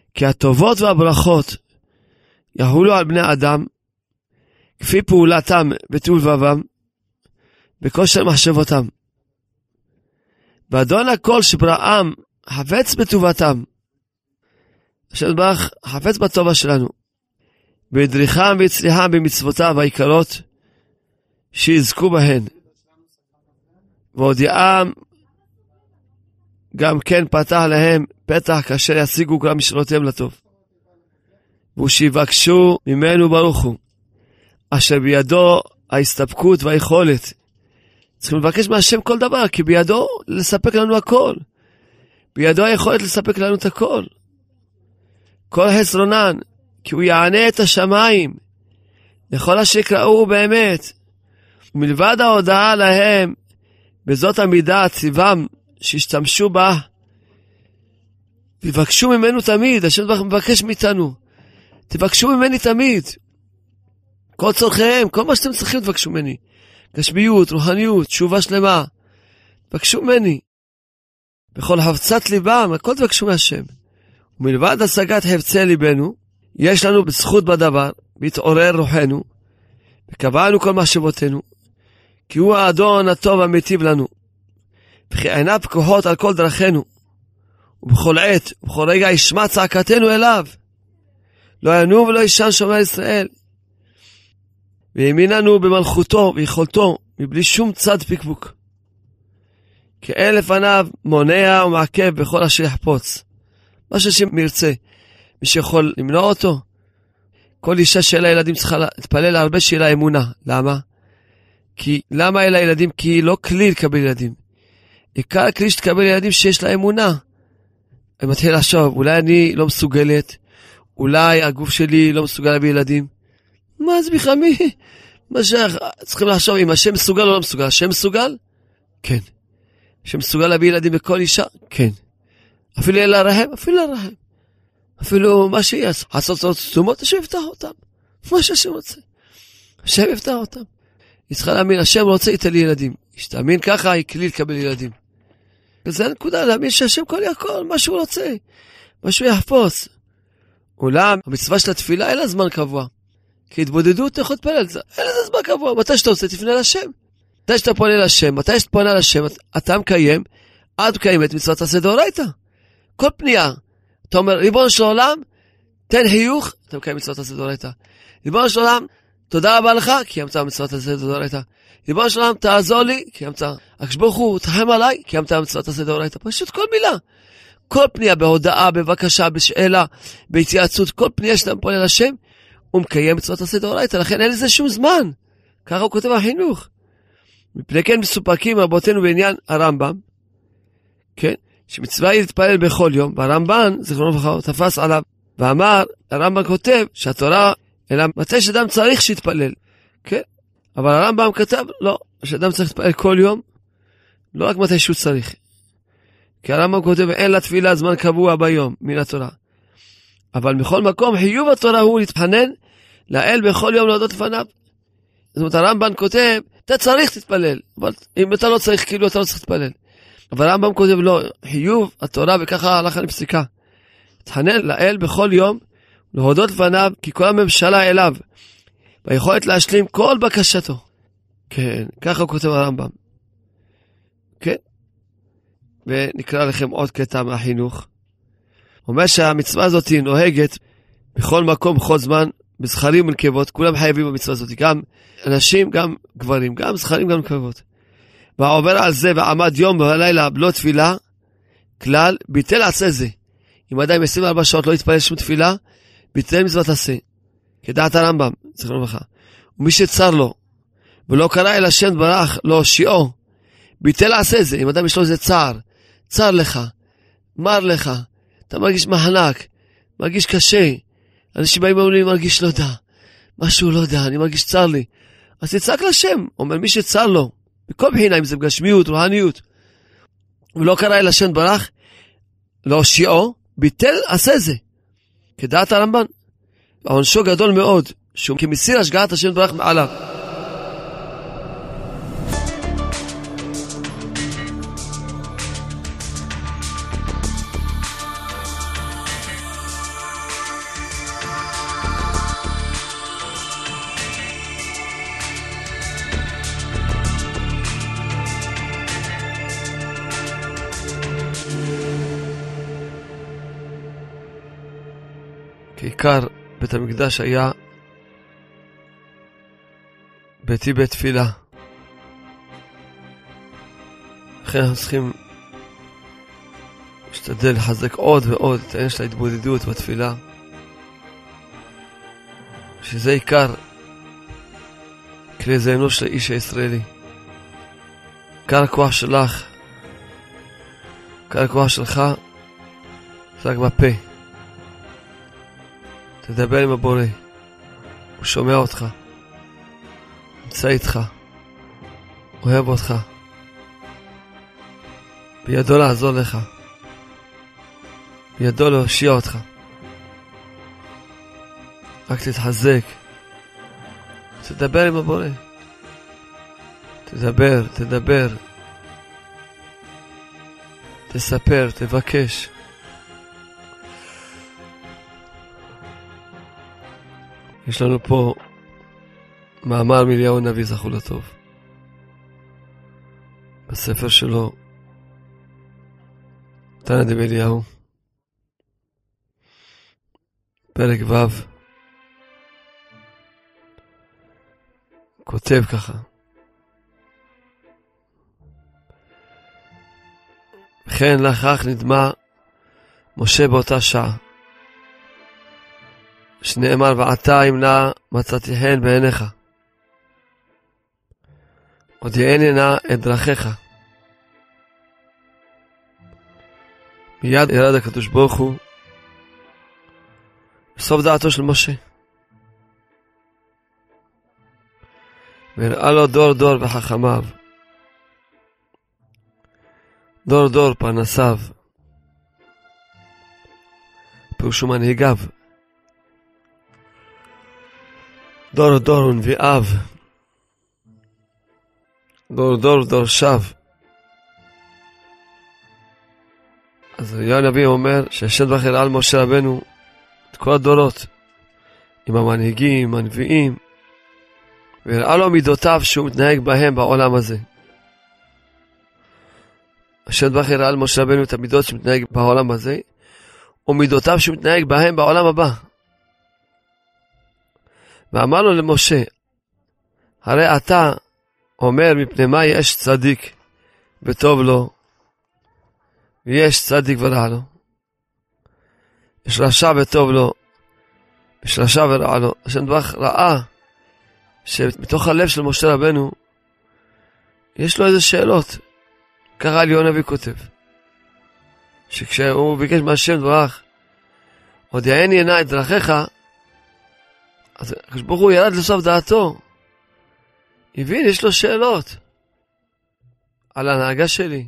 כי הטובות והברכות יחולו על בני אדם, כפי פעולתם בטוב לבבם, בכושר מחשבותם. ואדון הכל שבראם חפץ בטובתם, השם יתברך חפץ בטובה שלנו, בדריכם והצליחם במצוותיו היקרות שיזכו בהן, והודיעם גם כן פתח להם פתח כאשר ישיגו גם משאלותיהם לטוב, ושיבקשו ממנו ברוך הוא, אשר בידו ההסתפקות והיכולת. צריכים לבקש מהשם כל דבר, כי בידו לספק לנו הכל, בידו היכולת לספק לנו את הכל, כל חסרונן, כי הוא יענה את השמיים לכל אשר יקראו באמת. ומלבד ההודעה להם בזאת המידה ציוום שהשתמשו בה, תבקשו ממנו תמיד. השם מבקש מאיתנו, תבקשו ממני תמיד, כל צורכיהם, כל מה שאתם צריכים תבקשו ממני, גשמיות, רוחניות, תשובה שלמה, תבקשו ממני בכל חפצת ליבם, הכל תבקשו מהשם. ומלבד השגת חפצי ליבנו, יש לנו בזכות בדבר, בהתעורר רוחנו, וקבענו כל מחשבותינו, כי הוא האדון הטוב המטיב לנו, וכי עיניו פקוחות על כל דרכינו, ובכל עת ובכל רגע ישמע צעקתנו אליו, לא ינום ולא ישן שומר ישראל, וימיננו במלכותו ויכולתו, מבלי שום צד פקפוק, כי אין לפניו מונע ומעכב בכל אשר יחפוץ. מה שמרצה, מי שיכול למנוע אותו? כל אישה של הילדים צריכה להתפלל הרבה שיהיה לה אמונה. למה? כי למה אלה ילדים? כי היא לא כלי לקבל ילדים. עיקר הכלי שתקבל ילדים שיש לה אמונה. אני מתחיל לחשוב, אולי אני לא מסוגלת, אולי הגוף שלי לא מסוגל להביא ילדים. מה זה בכלל מי? מה שצריכים לחשוב, אם השם מסוגל או לא מסוגל. השם מסוגל? כן. השם מסוגל להביא ילדים בכל אישה? כן. אפילו יהיה לה רחם? אפילו לה רחם. אפילו מה שיהיה, לעשות סתומות, השם יפתח אותם. מה שהשם רוצה. השם יפתח אותם. היא צריכה להאמין, השם רוצה איתה לי ילדים. שתאמין ככה, היא כלי לקבל ילדים. וזה הנקודה, להאמין שהשם כל יכול, מה שהוא רוצה. מה שהוא יחפוץ. אולם, המצווה של התפילה, אין לה זמן קבוע. כי התבודדות יכול להתפלל, אין לזה זמן קבוע. מתי שאתה רוצה, תפנה לשם. מתי שאתה פונה לשם, מתי שאתה פונה לשם, אתה מקיים, עד מקיים את מצוות עשה דאורייתא. כל פנייה, אתה אומר, ריבונו של עולם, תן חיוך, אתה מקיים מצוות עשה דאורייתא. ריבונו של עולם, תודה רבה לך, כי קיימת מצוות עשה דאורייתא. ריבונו של עולם, תעזור לי, כי קיימת. הקדוש ברוך הוא, תרחם עליי, כי קיימת מצוות עשה דאורייתא. פשוט כל מילה. כל פנייה, בהודעה, בבקשה, בשאלה, בהתייעצות, כל פנייה שאתה פונה לשם, הוא מקיים מצוות עשה דאורייתא, לכן אין לזה שום זמן. ככה הוא כותב החינוך. מפני כן מסופקים רבותינו בעניין הרמב"ם, כן? שמצווה היא להתפלל בכל יום, והרמב"ן, זכרונו לברכה, תפס עליו, ואמר, הרמב"ן כותב שהתורה, אלא מתי שאדם צריך שיתפלל, כן? אבל הרמב"ם כתב, לא, שאדם צריך להתפלל כל יום, לא רק מתי שהוא צריך. כי הרמב"ם כותב, אין לתפילה זמן קבוע ביום, מן התורה. אבל בכל מקום, חיוב התורה הוא להתחנן, לאל בכל יום להודות לפניו. זאת אומרת, הרמב"ן כותב, אתה צריך להתפלל, אבל אם אתה לא צריך, כאילו אתה לא צריך להתפלל. אבל הרמב"ם כותב, לא, חיוב התורה, וככה הלכה לפסיקה. להתחנן לאל בכל יום, להודות לפניו, כי כל הממשלה אליו, והיכולת להשלים כל בקשתו. כן, ככה הוא כותב הרמב"ם. כן? ונקרא לכם עוד קטע מהחינוך. אומר שהמצווה הזאת נוהגת בכל מקום, בכל זמן, בזכרים ונקבות, כולם חייבים במצווה הזאת, גם אנשים, גם גברים, גם זכרים, גם נקבות. והעובר על זה ועמד יום ולילה בלא תפילה, כלל, ביטל עשה זה. אם עדיין 24 שעות לא יתפלל שום תפילה, ביטל מצוות עשה. כדעת הרמב"ם, זכרונו לברכה. ומי שצר לו, ולא קרא אל השם ברח, לא שיעו, ביטל עשה זה. אם אדם יש לו איזה צער, צר לך, מר לך, אתה מרגיש מחנק, מרגיש קשה, אנשים באים ואומרים, אני מרגיש לא יודע, משהו לא יודע, אני מרגיש צר לי. אז תצעק לשם, אומר מי שצר לו, בכל בחינה, אם זה בגשמיות, רוחניות, ולא קרא אל השם ברח, לא שיעו, ביטל עשה זה. כדעת הרמב"ן, העונשו גדול מאוד, שהוא כמסיר השגעת השם ברח מעליו. עיקר בית המקדש היה ביתי בית תפילה. לכן אנחנו צריכים להשתדל לחזק עוד ועוד את העניין של ההתבודדות בתפילה, שזה עיקר כלי זיינו של האיש הישראלי. עיקר הכוח שלך, עיקר הכוח שלך זה רק בפה. תדבר עם הבורא, הוא שומע אותך, נמצא איתך, אוהב אותך, בידו לעזור לך, בידו להושיע אותך. רק תתחזק, תדבר עם הבורא, תדבר, תספר, תבקש. יש לנו פה מאמר מאליהו הנביא זכור לטוב, בספר שלו תנא דאליהו, פרק ו', כותב ככה: וכן לכך נדמה משה באותה שעה, שנאמר ועתה ימנע מצאתי חן בעיניך, הודיעני נא את דרכיך. מיד ירד הקדוש ברוך הוא בסוף דעתו של משה, והראה לו דור דור וחכמיו, דור דור פרנסיו, פירושו מנהיגיו, דור דור ונביאיו, דור דור דורשיו. אז אליהו הנביא אומר שהשם יתברך הראה על משה רבנו את כל הדורות, עם המנהיגים, עם הנביאים, והראה לו מידותיו שהוא מתנהג בהם בעולם הזה. השם יתברך הראה על משה רבנו את המידות שמתנהג בעולם הזה, ומידותיו שהוא מתנהג בהם בעולם הבא. ואמר לו למשה, הרי אתה אומר מפני מה יש צדיק וטוב לו, ויש צדיק ורע לו. יש רשע וטוב לו, יש רשע ורע לו. השם יתברך ראה שמתוך הלב של משה רבנו יש לו איזה שאלות. ככה אליהו הנביא כותב, שכשהוא ביקש מהשם יתברך הודיעני נא את דרכיך, אז הקדוש ברוך הוא ירד לסוף דעתו, הבין, יש לו שאלות על ההנהגה שלי.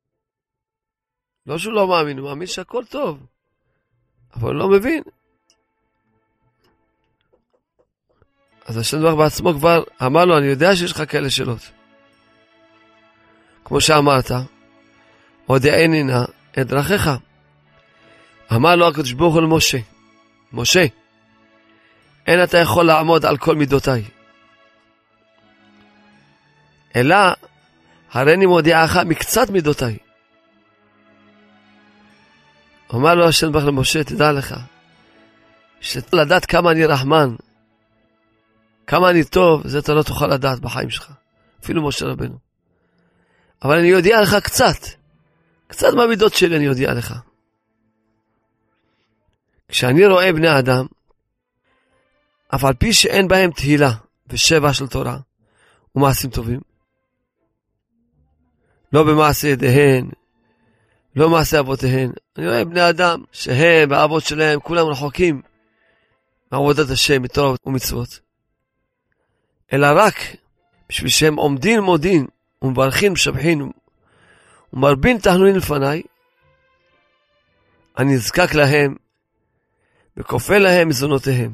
לא שהוא לא מאמין, הוא מאמין שהכל טוב, אבל הוא לא מבין. אז השם יתברך בעצמו כבר אמר לו, אני יודע שיש לך כאלה שאלות. כמו שאמרת, הודיעני נא את דרכיך. אמר לו הקדוש ברוך הוא למשה, משה, אין אתה יכול לעמוד על כל מידותיי, אלא הריני מודיעך מקצת מידותיי. אמר לו השם יתברך למשה, תדע לך שלדעת כמה אני רחמן, כמה אני טוב, זה אתה לא תוכל לדעת בחיים שלך, אפילו משה רבנו. אבל אני יודע לך קצת מהמידות שלי אני יודע לך. כשאני רואה בני אדם, אף על פי שאין בהם תהילה ושבע של תורה ומעשים טובים, לא במעשה ידיהן, לא מעשה אבותיהן, אני רואה בני אדם שהם והאבות שלהם כולם רחוקים מעבודת השם, מתורה ומצוות, אלא רק בשביל שהם עומדים מודין ומברכים משבחים ומרבין תחנונים לפניי, אני נזקק להם וכופל להם מזונותיהם.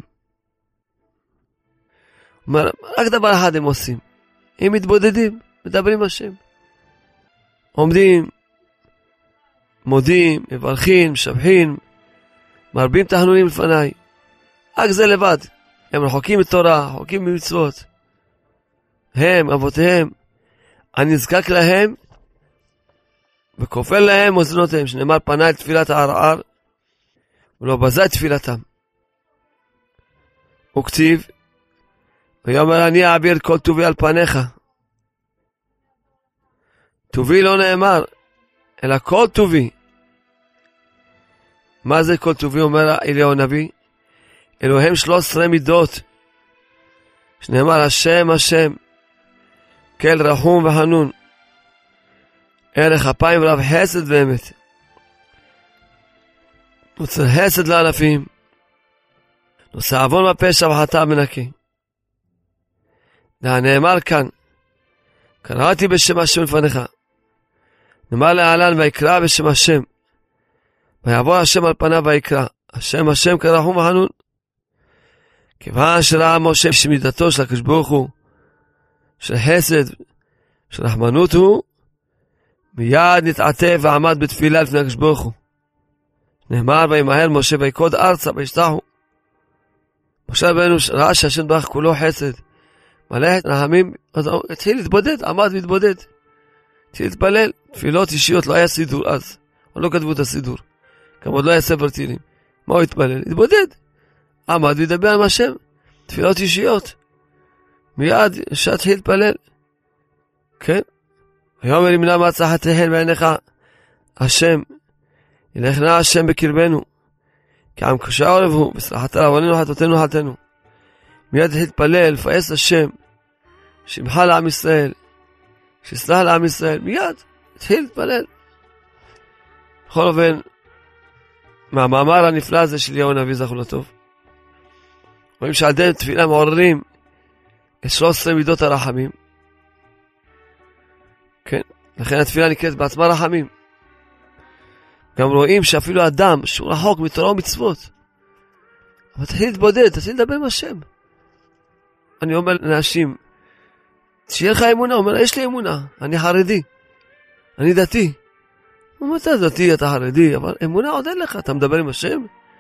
אומר, רק דבר אחד הם עושים, הם מתבודדים, מדברים השם, עומדים, מודים, מברכים, משבחים, מרבים תחנונים לפניי. רק זה לבד. הם רחוקים מתורה, רחוקים ממצוות. הם, אבותיהם, אני נזקק להם וכופל להם אוזנותיהם, שנאמר פנה אל תפילת הערער ולא בזה את תפילתם. וכתיב, ויאמר אני אעביר כל טובי על פניך. טובי לא נאמר, אלא כל טובי. מה זה כל טובי? אומר אליהו הנביא, אלו הם 13 מידות, שנאמר השם השם, כל רחום וחנון, ערך אפיים רב חסד ואמת, נוצר חסד לאלפים, נושא עוון בפשע וחטא מנקי. נאמר כאן, קראתי בשם השם לפניך, נאמר להלן ויקרא בשם השם, ויעבור השם על פניו ויקרא, השם השם כרחום וחנון. כיוון שראה משה שמידתו של הקדוש ברוך הוא, של חסד, של רחמנות הוא, מיד נתעטף ועמד בתפילה לפני הקדוש ברוך הוא. נאמר וימהר משה ויקוד ארצה וישתחו. משה רבנו ראה שהשם ברך כולו חסד, מלא רחמים, אז הוא התחיל להתבודד, עמד והתבודד. התחיל להתפלל, תפילות אישיות, לא היה סידור אז, עוד לא כתבו את הסידור, גם עוד לא היה ספר תהילים. מה הוא התפלל? התבודד, עמד וידבר עם השם, תפילות אישיות. מיד שהתחיל להתפלל. כן? היום אלי מנה מצחת תהל בעיניך השם, ילך נא השם בקרבנו, כי עם קשה עורב הוא, וסלחת לעווננו חטאותינו חטאנו. מיד התחיל להתפלל, לפעס השם, שמחה לעם ישראל, שיסלח לעם ישראל, מיד התחיל להתפלל. בכל אופן, מהמאמר הנפלא הזה של אליהו הנביא זכור לטוב, רואים שעל ידי תפילה מעוררים את 13 מידות הרחמים. כן, לכן התפילה נקראת בעצמה רחמים. גם רואים שאפילו אדם שהוא רחוק מתורה ומצוות, אבל תתחיל להתבודד, תתחיל לדבר עם השם. אני אומר לאנשים, שיהיה לך אמונה, הוא אומר, יש לי אמונה, אני חרדי, אני דתי. הוא אומר, אתה דתי, אתה חרדי, אבל אמונה עוד אין לך, אתה מדבר עם השם?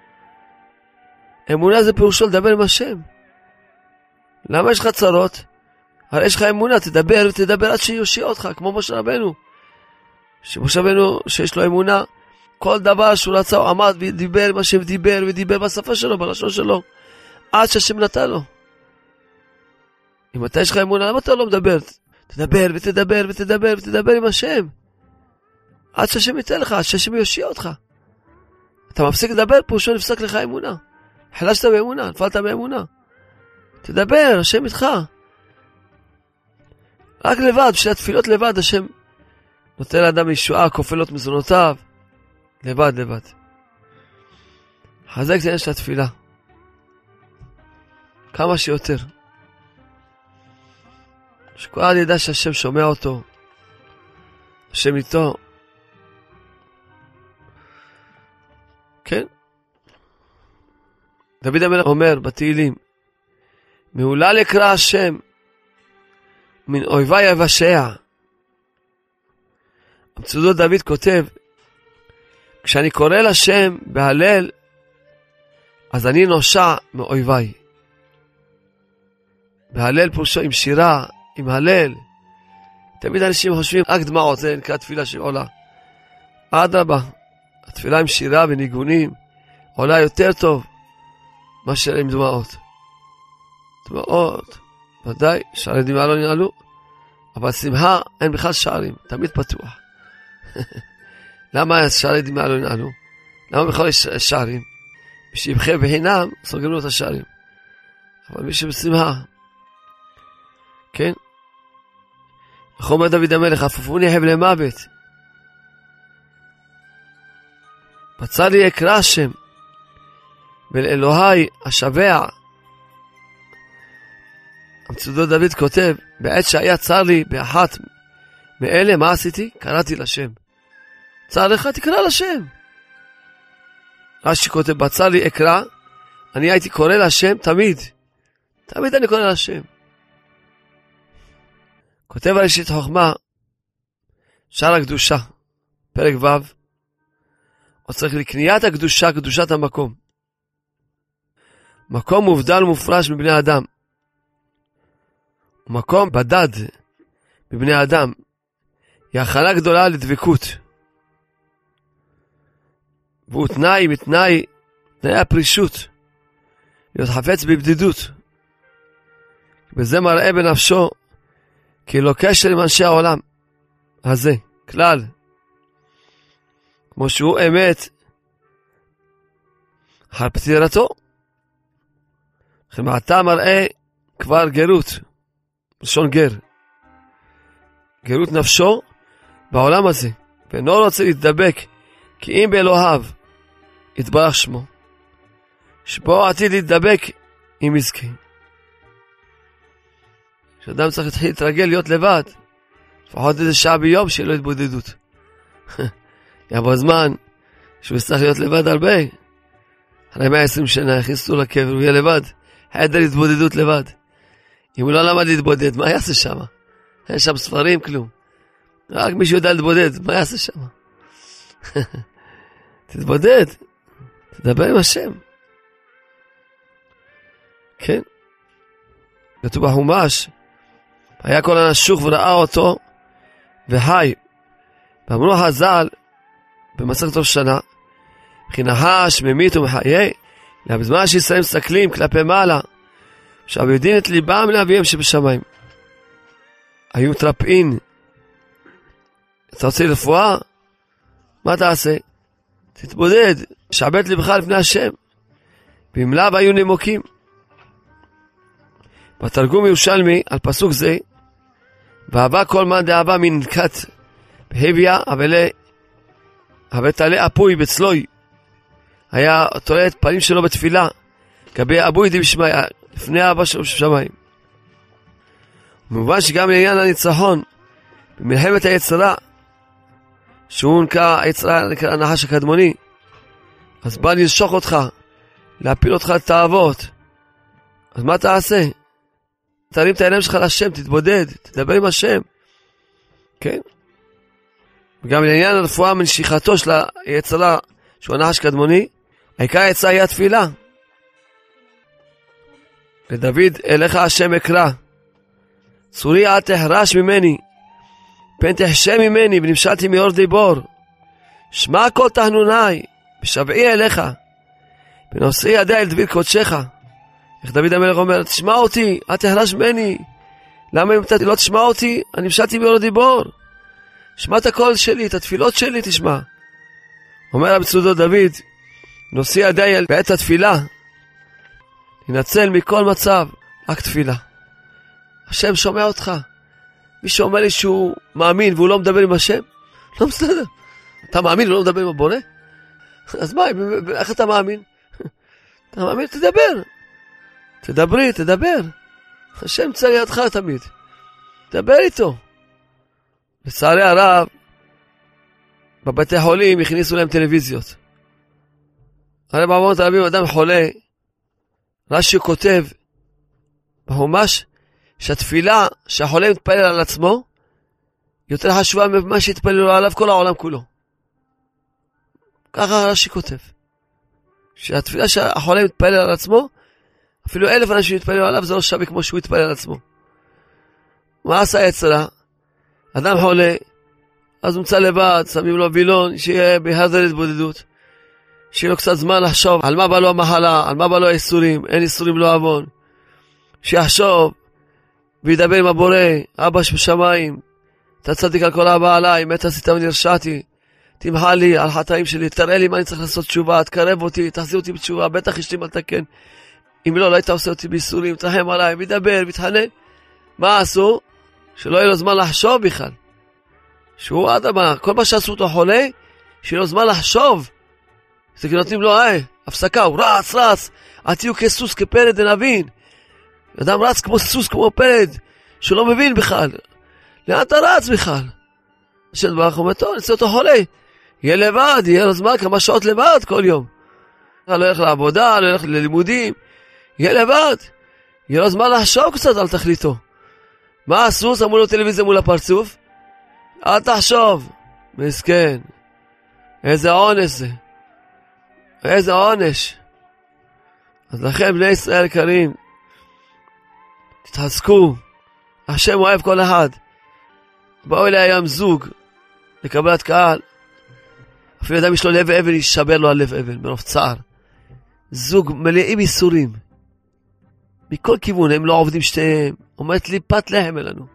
אמונה זה פירושו לדבר עם השם. למה יש לך צרות? הרי יש לך אמונה, תדבר ותדבר עד שיושיע אותך, כמו משה רבנו. שמשה רבנו שיש לו אמונה, כל דבר שהוא רצה הוא עמד ודיבר עם השם, דיבר ודיבר בשפה שלו, בלשון שלו, עד שהשם נתן לו. אם אתה יש לך אמונה, למה אתה לא מדבר? תדבר ותדבר ותדבר ותדבר עם השם, עד שהשם ייתן לך, עד שהשם יושיע אותך. אתה מפסיק לדבר פה, שהוא נפסק לך אמונה. חלשת באמונה, נפלת באמונה. תדבר, השם איתך. רק לבד, בשביל התפילות לבד, השם נותן לאדם ישועה, כופלות מזונותיו. לבד, לבד. חזק זה עניין של התפילה. כמה שיותר. שכל אחד ידע שהשם שומע אותו. השם איתו. כן? דוד המלך אומר בתהילים, מהולל יקרא השם, מן אויבי יבשע. המצודות דוד כותב, כשאני קורא לשם בהלל, אז אני נושע מאויבי. בהלל פרושו עם שירה, עם הלל. תמיד אנשים חושבים, רק דמעות, זה נקרא תפילה של עולה. אדרבה, התפילה עם שירה וניגונים, עולה יותר טוב, מאשר עם דמעות. דמעות, ודאי, שערי דמעה לא ננעלו, אבל שמחה אין בכלל שערים, תמיד פתוח. למה שערי דמעה לא ננעלו? למה בכלל יש שערים? מי שיבחר בחינם, סוגרים לו את השערים. אבל מי שבשמחה, כן? איך אומר דוד המלך, אפופוני חבלי מוות. בצר לי יקרא השם, ולאלוהי השבע. המצודות דוד כותב, בעת שהיה צר לי באחת מאלה, מה עשיתי? קראתי לשם. צר לך, תקרא לשם. רש"י כותב, בצר לי אקרא, אני הייתי קורא לשם תמיד. תמיד אני קורא לשם. כותב על ראשית חוכמה, שער הקדושה, פרק ו', או צריך לקניית הקדושה, קדושת המקום. מקום מובדל ומופרש מבני אדם. מקום בדד מבני אדם. היא הכנה גדולה לדבקות. והוא תנאי מתנאי, תנאי הפרישות. להיות חפץ בבדידות. וזה מראה בנפשו כי לא קשר עם אנשי העולם הזה, כלל. כמו שהוא אמת אחר פטירתו. מעתה מראה כבר גרות, לשון גר. גרות נפשו בעולם הזה, ואינו רוצה להתדבק, כי אם באלוהיו יתברך שמו, שבו עתיד להתדבק עם יזכה. שאדם צריך להתחיל להתרגל להיות לבד, לפחות איזה שעה ביום שיהיה לו התבודדות. יבוא זמן שהוא יצטרך להיות לבד הרבה. אחרי 120 שנה יכניסו לקבר, הוא יהיה לבד. חדר התבודדות לבד. אם הוא לא למד להתבודד, מה יעשה שם? אין שם ספרים, כלום. רק מישהו יודע להתבודד, מה יעשה שם? תתבודד, תדבר עם השם. כן? כתוב בחומש, היה כל הנשוך וראה אותו, והי. ואמרו חז"ל, במסכת ראש השנה, וכי נחש, ממית ומחיה, בזמן שישראל מסתכלים כלפי מעלה, עכשיו יודעים את ליבם לאביהם שבשמיים. היו מתרפאים. אתה רוצה רפואה? מה תעשה? תתבודד, שעבד לבך לפני השם. ואם לאו היו נימוקים. בתרגום ירושלמי על פסוק זה, ואהבה כל מן דאהבה מנקת בהביה, אבל תעלה אפוי בצלוי. היה תולה את פנים שלו בתפילה, כבי אבוי דמשמעי, לפני אבא שלו בשמיים. במובן שגם לעניין הניצחון, במלחמת היצרה, שהוא נקרא היצרה, נקרא הנחש הקדמוני, אז בא לנשוך אותך, להפיל אותך לתאוות. אז מה תעשה? תרים את העיניים שלך לשם, תתבודד, תדבר עם השם. כן? וגם לעניין הרפואה מנשיכתו של היצרה, שהוא הנחש קדמוני, העיקר היצרה היא התפילה. לדוד, אליך השם אקרא, צורי אל תחרש ממני, פן תחשה ממני, ונמשלתי מאור דיבור. שמע כל תחנוני, בשבעי אליך, ונושאי ידי אל דביר קודשך. איך דוד המלך אומר, תשמע אותי, אל תחרש ממני. למה אם אתה לא תשמע אותי, אני נמשלתי מאור דיבור. שמע את הקול שלי, את התפילות שלי תשמע. אומר המצודו דוד, נושאי ידי בעת התפילה, ננצל מכל מצב, רק תפילה. השם שומע אותך. מי שאומר לי שהוא מאמין והוא לא מדבר עם השם, לא מסתדר. אתה מאמין ולא מדבר עם הבורא? אז מה, איך אתה מאמין? אתה מאמין, תדבר. תדברי, תדבר. השם צא לידך תמיד. תדבר איתו. לצערי הרב, בבתי חולים הכניסו להם טלוויזיות. הרי בארמון תל אביב אדם חולה, רש"י כותב בחומש שהתפילה שהחולה מתפלל על עצמו יותר חשובה ממה שהתפללו עליו כל העולם כולו. ככה רש"י כותב שהתפילה שהחולה מתפלל על עצמו, אפילו 1000 אנשים מתפללו עליו, זה לא שווה כמו שהוא התפלל על עצמו. מה עשה יצרה? אדם חולה, אז הוא מצא לבד, שמים לו וילון, שיהיה בהדר התבודדות, שיהיה לו קצת זמן לחשוב על מה בא לו המחלה, על מה בא לו האיסורים, אין איסורים לא עוון. שיחשוב וידבר עם הבורא, אבא שבשמיים, אתה צדיק על כל אבא עליי, מת עשית ונרשעתי, תמחה לי על חטאים שלי, תראה לי מה אני צריך לעשות תשובה, תקרב אותי, תחזיר אותי בתשובה, בטח יש לי מה לתקן. אם לא, לא היית עושה אותי באיסורים, תרחם עליי, וידבר, ויתחנן. מה עשו? שלא יהיה לו זמן לחשוב בכלל. שהוא אדמה, כל מה שעשו אותו חולה, שיהיה לו זמן לחשוב. זה כי נותנים לו, הפסקה, הוא רץ, עתיו כסוס, כפרד, נבין. אדם רץ כמו סוס, כמו פרד, שלא מבין בכלל. לאן אתה רץ בכלל? השם ברוך הוא טוב, נצא אותו חולה. יהיה לבד, יהיה לו זמן כמה שעות לבד כל יום. לא ילך לעבודה, לא ילך ללימודים. יהיה לבד. יהיה לו זמן לחשוב קצת על תכליתו. מה עשו? שמו לו טלוויזיה מול הפרצוף? אל תחשוב. מסכן. איזה עונש זה. איזה עונש. אז לכם בני ישראל קרים, תתחזקו. השם אוהב כל אחד. באו אליי היום זוג לקבלת קהל. אפילו אדם יש לו לב אבן, ישבר לו על לב אבן, מרוב צער. זוג מלאים איסורים. מכל כיוון, הם לא עובדים שתיהם. אומרת לי, פת לחם אלינו.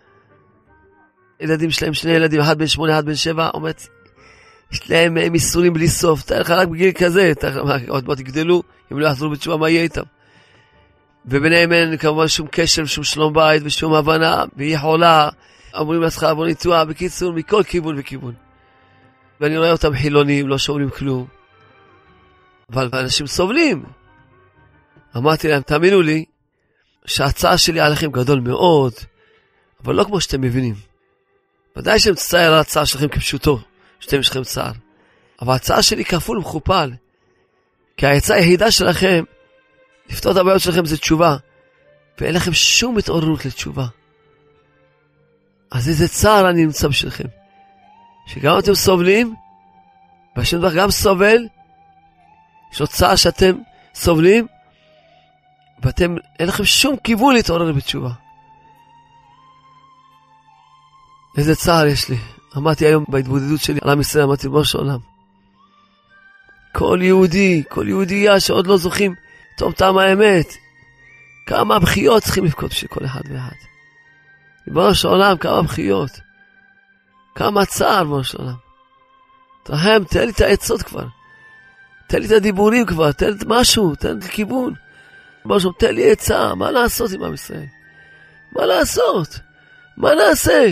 ילדים שלהם, 2 ילדים, 1 בן 8, 1 בן 7, אומרת, יש להם איסורים בלי סוף. תאר לך רק בגיל כזה, עוד מעט יגדלו, אם לא יחזרו בתשובה, מה יהיה איתם? וביניהם אין כמובן שום קשר, שום שלום בית ושום הבנה, והיא חולה, אומרים לעצמך, בוא ניתוח, בקיצור, מכל כיוון וכיוון. ואני רואה אותם חילונים, לא שומרים כלום. אבל אנשים סובלים. אמרתי להם, תאמינו לי, שההצעה שלי עליכם גדול מאוד, אבל לא כמו שאתם מבינים. ודאי שאני מצטער על ההצעה שלכם כפשוטו, שאתם יש לכם צער. אבל ההצעה שלי כפול ומכופל. כי ההצעה היחידה שלכם, לפתור את הבעיות שלכם זה תשובה, ואין לכם שום התעוררות לתשובה. אז איזה צער אני נמצא בשבילכם. שגם אתם סובלים, והשם דבר גם סובל, יש לו צער שאתם סובלים, ואתם, אין לכם שום כיוון להתעורר בתשובה. איזה צער יש לי. אמרתי היום בהתבודדות שלי על עם ישראל, אמרתי בראש העולם. כל יהודי, כל יהודייה שעוד לא זוכים טוב טעם האמת, כמה בחיות צריכים לבכות בשביל כל אחד ואחד. בראש העולם, כמה בחיות. כמה צער בראש העולם. תרחם, תן לי את העצות כבר. תן לי את הדיבורים כבר, תן לי משהו, תן לי כיוון. בראש העולם, תן לי עצה, מה לעשות עם עם ישראל? מה לעשות? מה נעשה?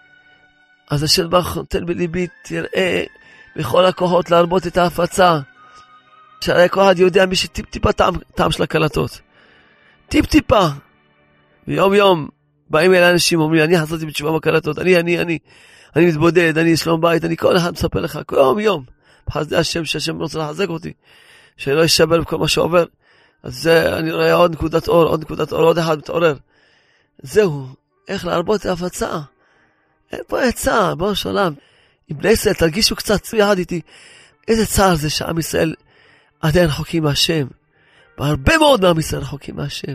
אז השם ברוך נותן בליבי, תראה בכל הכוחות להרבות את ההפצה. שהרי כל אחד יודע מי שטיפ-טיפה טעם של הקלטות. טיפ-טיפה. ויום יום באים אל האנשים, אומרים, אני חזרתי בתשובה בקלטות, אני מתבודד, אני שלום בית, אני כל אחד מספר לך, כל יום. בחסדי השם, שהשם רוצה לחזק אותי, שלא ישבר בכל מה שעובר. אז זה, אני רואה עוד נקודת אור, עוד אחד מתעורר. זהו, איך להרבות את ההפצה. אין פה עצה, בראש העולם. עם בני ישראל, תרגישו קצת יחד איתי, איזה צער זה שעם ישראל עדיין רחוקים מהשם. והרבה מאוד מעם ישראל רחוקים מהשם.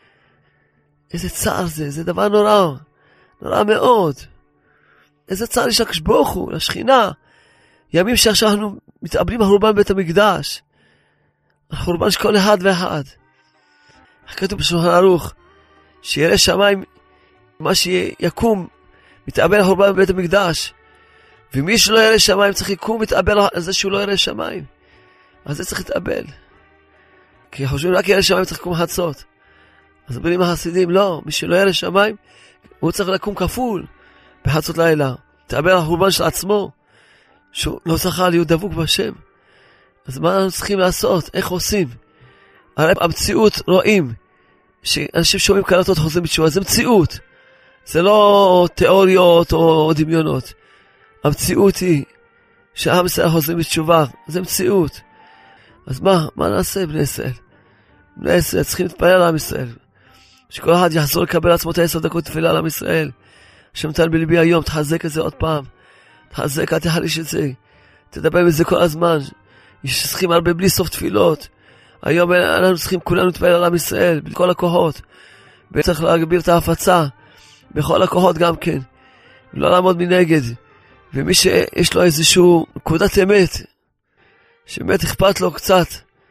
איזה צער זה, זה דבר נורא, נורא מאוד. איזה צער יש לקדוש ברוך הוא, לשכינה. ימים שעכשיו אנחנו מתאבלים על חורבן בית המקדש. על חורבן של כל אחד ואחד. כתוב בשולחן ערוך, שירא שמיים, מה שיקום, מתאבל על חורבן בית המקדש. ומי שלא ירא שמיים צריך לקום מתאבל על זה שהוא לא ירא שמיים. אז זה צריך להתאבל. כי חושבים רק ירא שמיים צריך לקום חצות. אז אומרים החסידים, לא, מי שלא ירא שמיים, הוא צריך לקום כפול בחצות לילה. מתאבל על החורבן של עצמו, שהוא לא זכה להיות דבוק בשם. אז מה אנחנו צריכים לעשות? איך עושים? הרי המציאות רואים, שאנשים שומעים קלטות חוזרים בתשובה, זה מציאות. זה לא תיאוריות או דמיונות. המציאות היא שעם ישראל חוזרים בתשובה, זה מציאות. אז מה נעשה בני ישראל? בני ישראל צריכים להתפלל על עם ישראל. שכל אחד יחזור לקבל עצמו את 10 דקות תפילה על עם ישראל. שמתן בלבי היום, תחזק את זה עוד פעם. תחזק, אל תחליש את זה. תדבר בזה כל הזמן. יש צריכים הרבה בלי סוף תפילות. היום אנחנו צריכים כולנו להתפלל על עם ישראל, בכל הכוחות. וצריך להגביר את ההפצה, בכל הכוחות גם כן. לא לעמוד מנגד. ומי שיש לו איזשהו נקודת אמת, שבאמת אכפת לו קצת,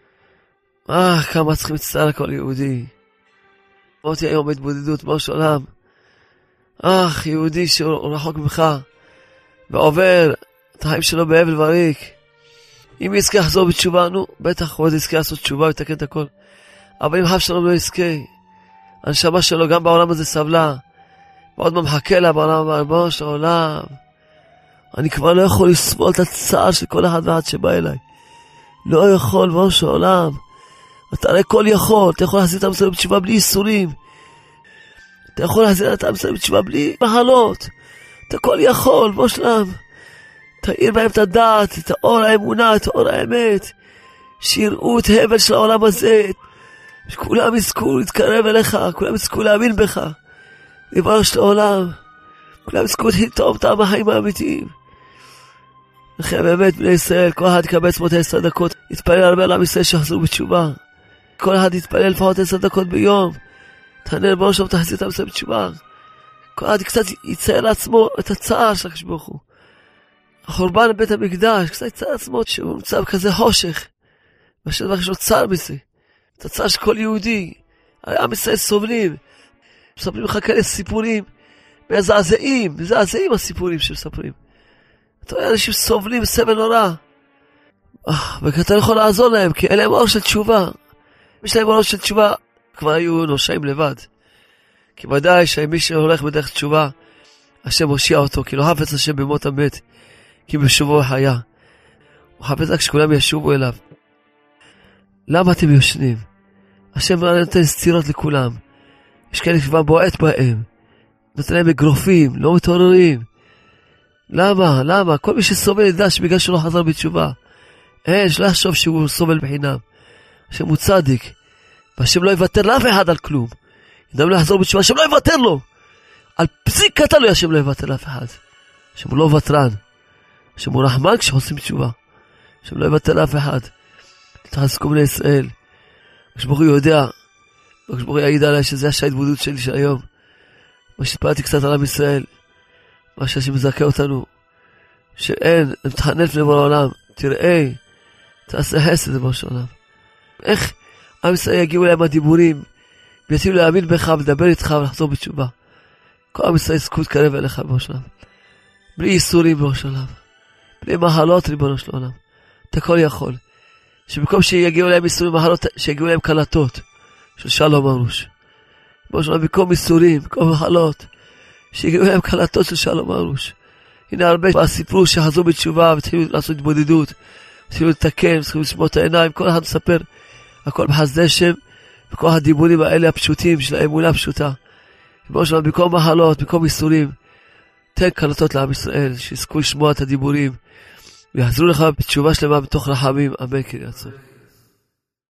כמה צריכים להצטער לכל יהודי. אמרתי היום בהתבודדות בראש העולם, יהודי שהוא רחוק ממך, ועובר את החיים שלו באבל וריק. אם יזכה לחזור בתשובה, בטח הוא עוד יזכה לעשות תשובה ולתקן את הכל. אבל אם חב שלום לא יזכה, הנשמה שלו גם בעולם הזה סבלה, ועוד מה מחכה לה בעולם הבא, בראש העולם. אני כבר לא יכול לסבול את הצער של כל אחד ואחד שבא אליי. לא יכול, בראש העולם. אתה הרי כל יכול, אתה יכול להחזיר את המסורים בתשובה בלי איסורים. אתה יכול להחזיר את המסורים בתשובה בלי מחלות. אתה כל יכול, בראש העולם. תאיר בהם את הדעת, את האור האמונה, את האור האמת. שיראו את הבל של העולם הזה. שכולם יזכו להתקרב אליך, כולם יזכו להאמין בך. ריבונו של העולם. כולם יזכו לטעום טעם החיים האמיתיים. לכן באמת בני ישראל, כל אחד יקבל עצמו 10 דקות, יתפלל הרבה על עם ישראל שיחזרו בתשובה. כל אחד יתפלל לפחות 10 דקות ביום. תענה בראש שם, תחזיר את עם ישראל בתשובה. כל אחד קצת יצייר לעצמו את הצער של הקדוש ברוך הוא. החורבן לבית המקדש, קצת יצייר לעצמו שהוא נמצא בכזה חושך. והשם דבר יש לו צער בזה. את הצער של כל יהודי. עם ישראל סובלים. מספרים לך כאלה סיפורים, מזעזעים הסיפורים שמספרים. אתה רואה, אנשים סובלים סבל נורא. ואתה יכול לעזור להם, כי אין להם אור של תשובה. יש להם אור של תשובה, כבר היו נושעים לבד. כי ודאי שמי שהולך בדרך תשובה, השם הושיע אותו, כי לא חפץ השם במות המת, כי בשובו חיה. הוא חפץ רק שכולם ישובו אליו. למה אתם יושנים? השם נותן סתירות לכולם. יש כאלה כבר בועט בהם. נותן להם אגרופים, לא מתעוררים. למה? כל מי שסובל ידע שבגלל שלא חזר בתשובה. שלא יחשוב שהוא סובל בחינם. השם הוא צדיק. והשם לא יוותר לאף אחד על כלום. ידע לא יחזור בתשובה, השם לא יוותר לו. על פסיק קטן לו, השם לא יוותר לאף אחד. השם הוא לא ותרן. השם הוא רחמן כשעושים תשובה. השם לא יוותר לאף אחד. תחזקו בני ישראל. כשברוך יודע, כשברוך יעיד עליי שזה ההתבודדות שלי של היום. מה שהתפללתי קצת על עם ישראל. מה שהשם מזכה אותנו. שאין, נתחנן לפני בורא העולם. תראה, תעשה חסד לבורא העולם. איך עם ישראל יגיעו להם הדיבורים, ויתחילו להאמין בך ולדבר איתך ולחזור בתשובה. כל עם ישראל יזכו להתקרב אליך בורא העולם. בלי ייסורים בורא העולם. בלי מחלות ריבונו של עולם. אתה כל יכול. שבמקום שיגיעו להם ייסורים ומחלות, שיגיעו להם קלטות של שלום ארוש. בורא העולם, במקום ייסורים, במקום מחלות, שיגיעו להם קלטות של שלום ארוש. הנה הרבה סיפרו שחזרו בתשובה ותחילו לעשות התבודדות, התחילו לתקן, התחילו לשמוע את העיניים, כל אחד מספר, הכל בחסדי שם, וכל הדיבורים האלה הפשוטים של האמונה הפשוטה. בורא העולם, במקום מחלות, במקום ייסורים, תן קלטות לעם ישראל, שיזכו לשמוע את הדיבורים, ויחזרו לך בתשובה שלמה בתוך רחמים, אמן כן ירצה.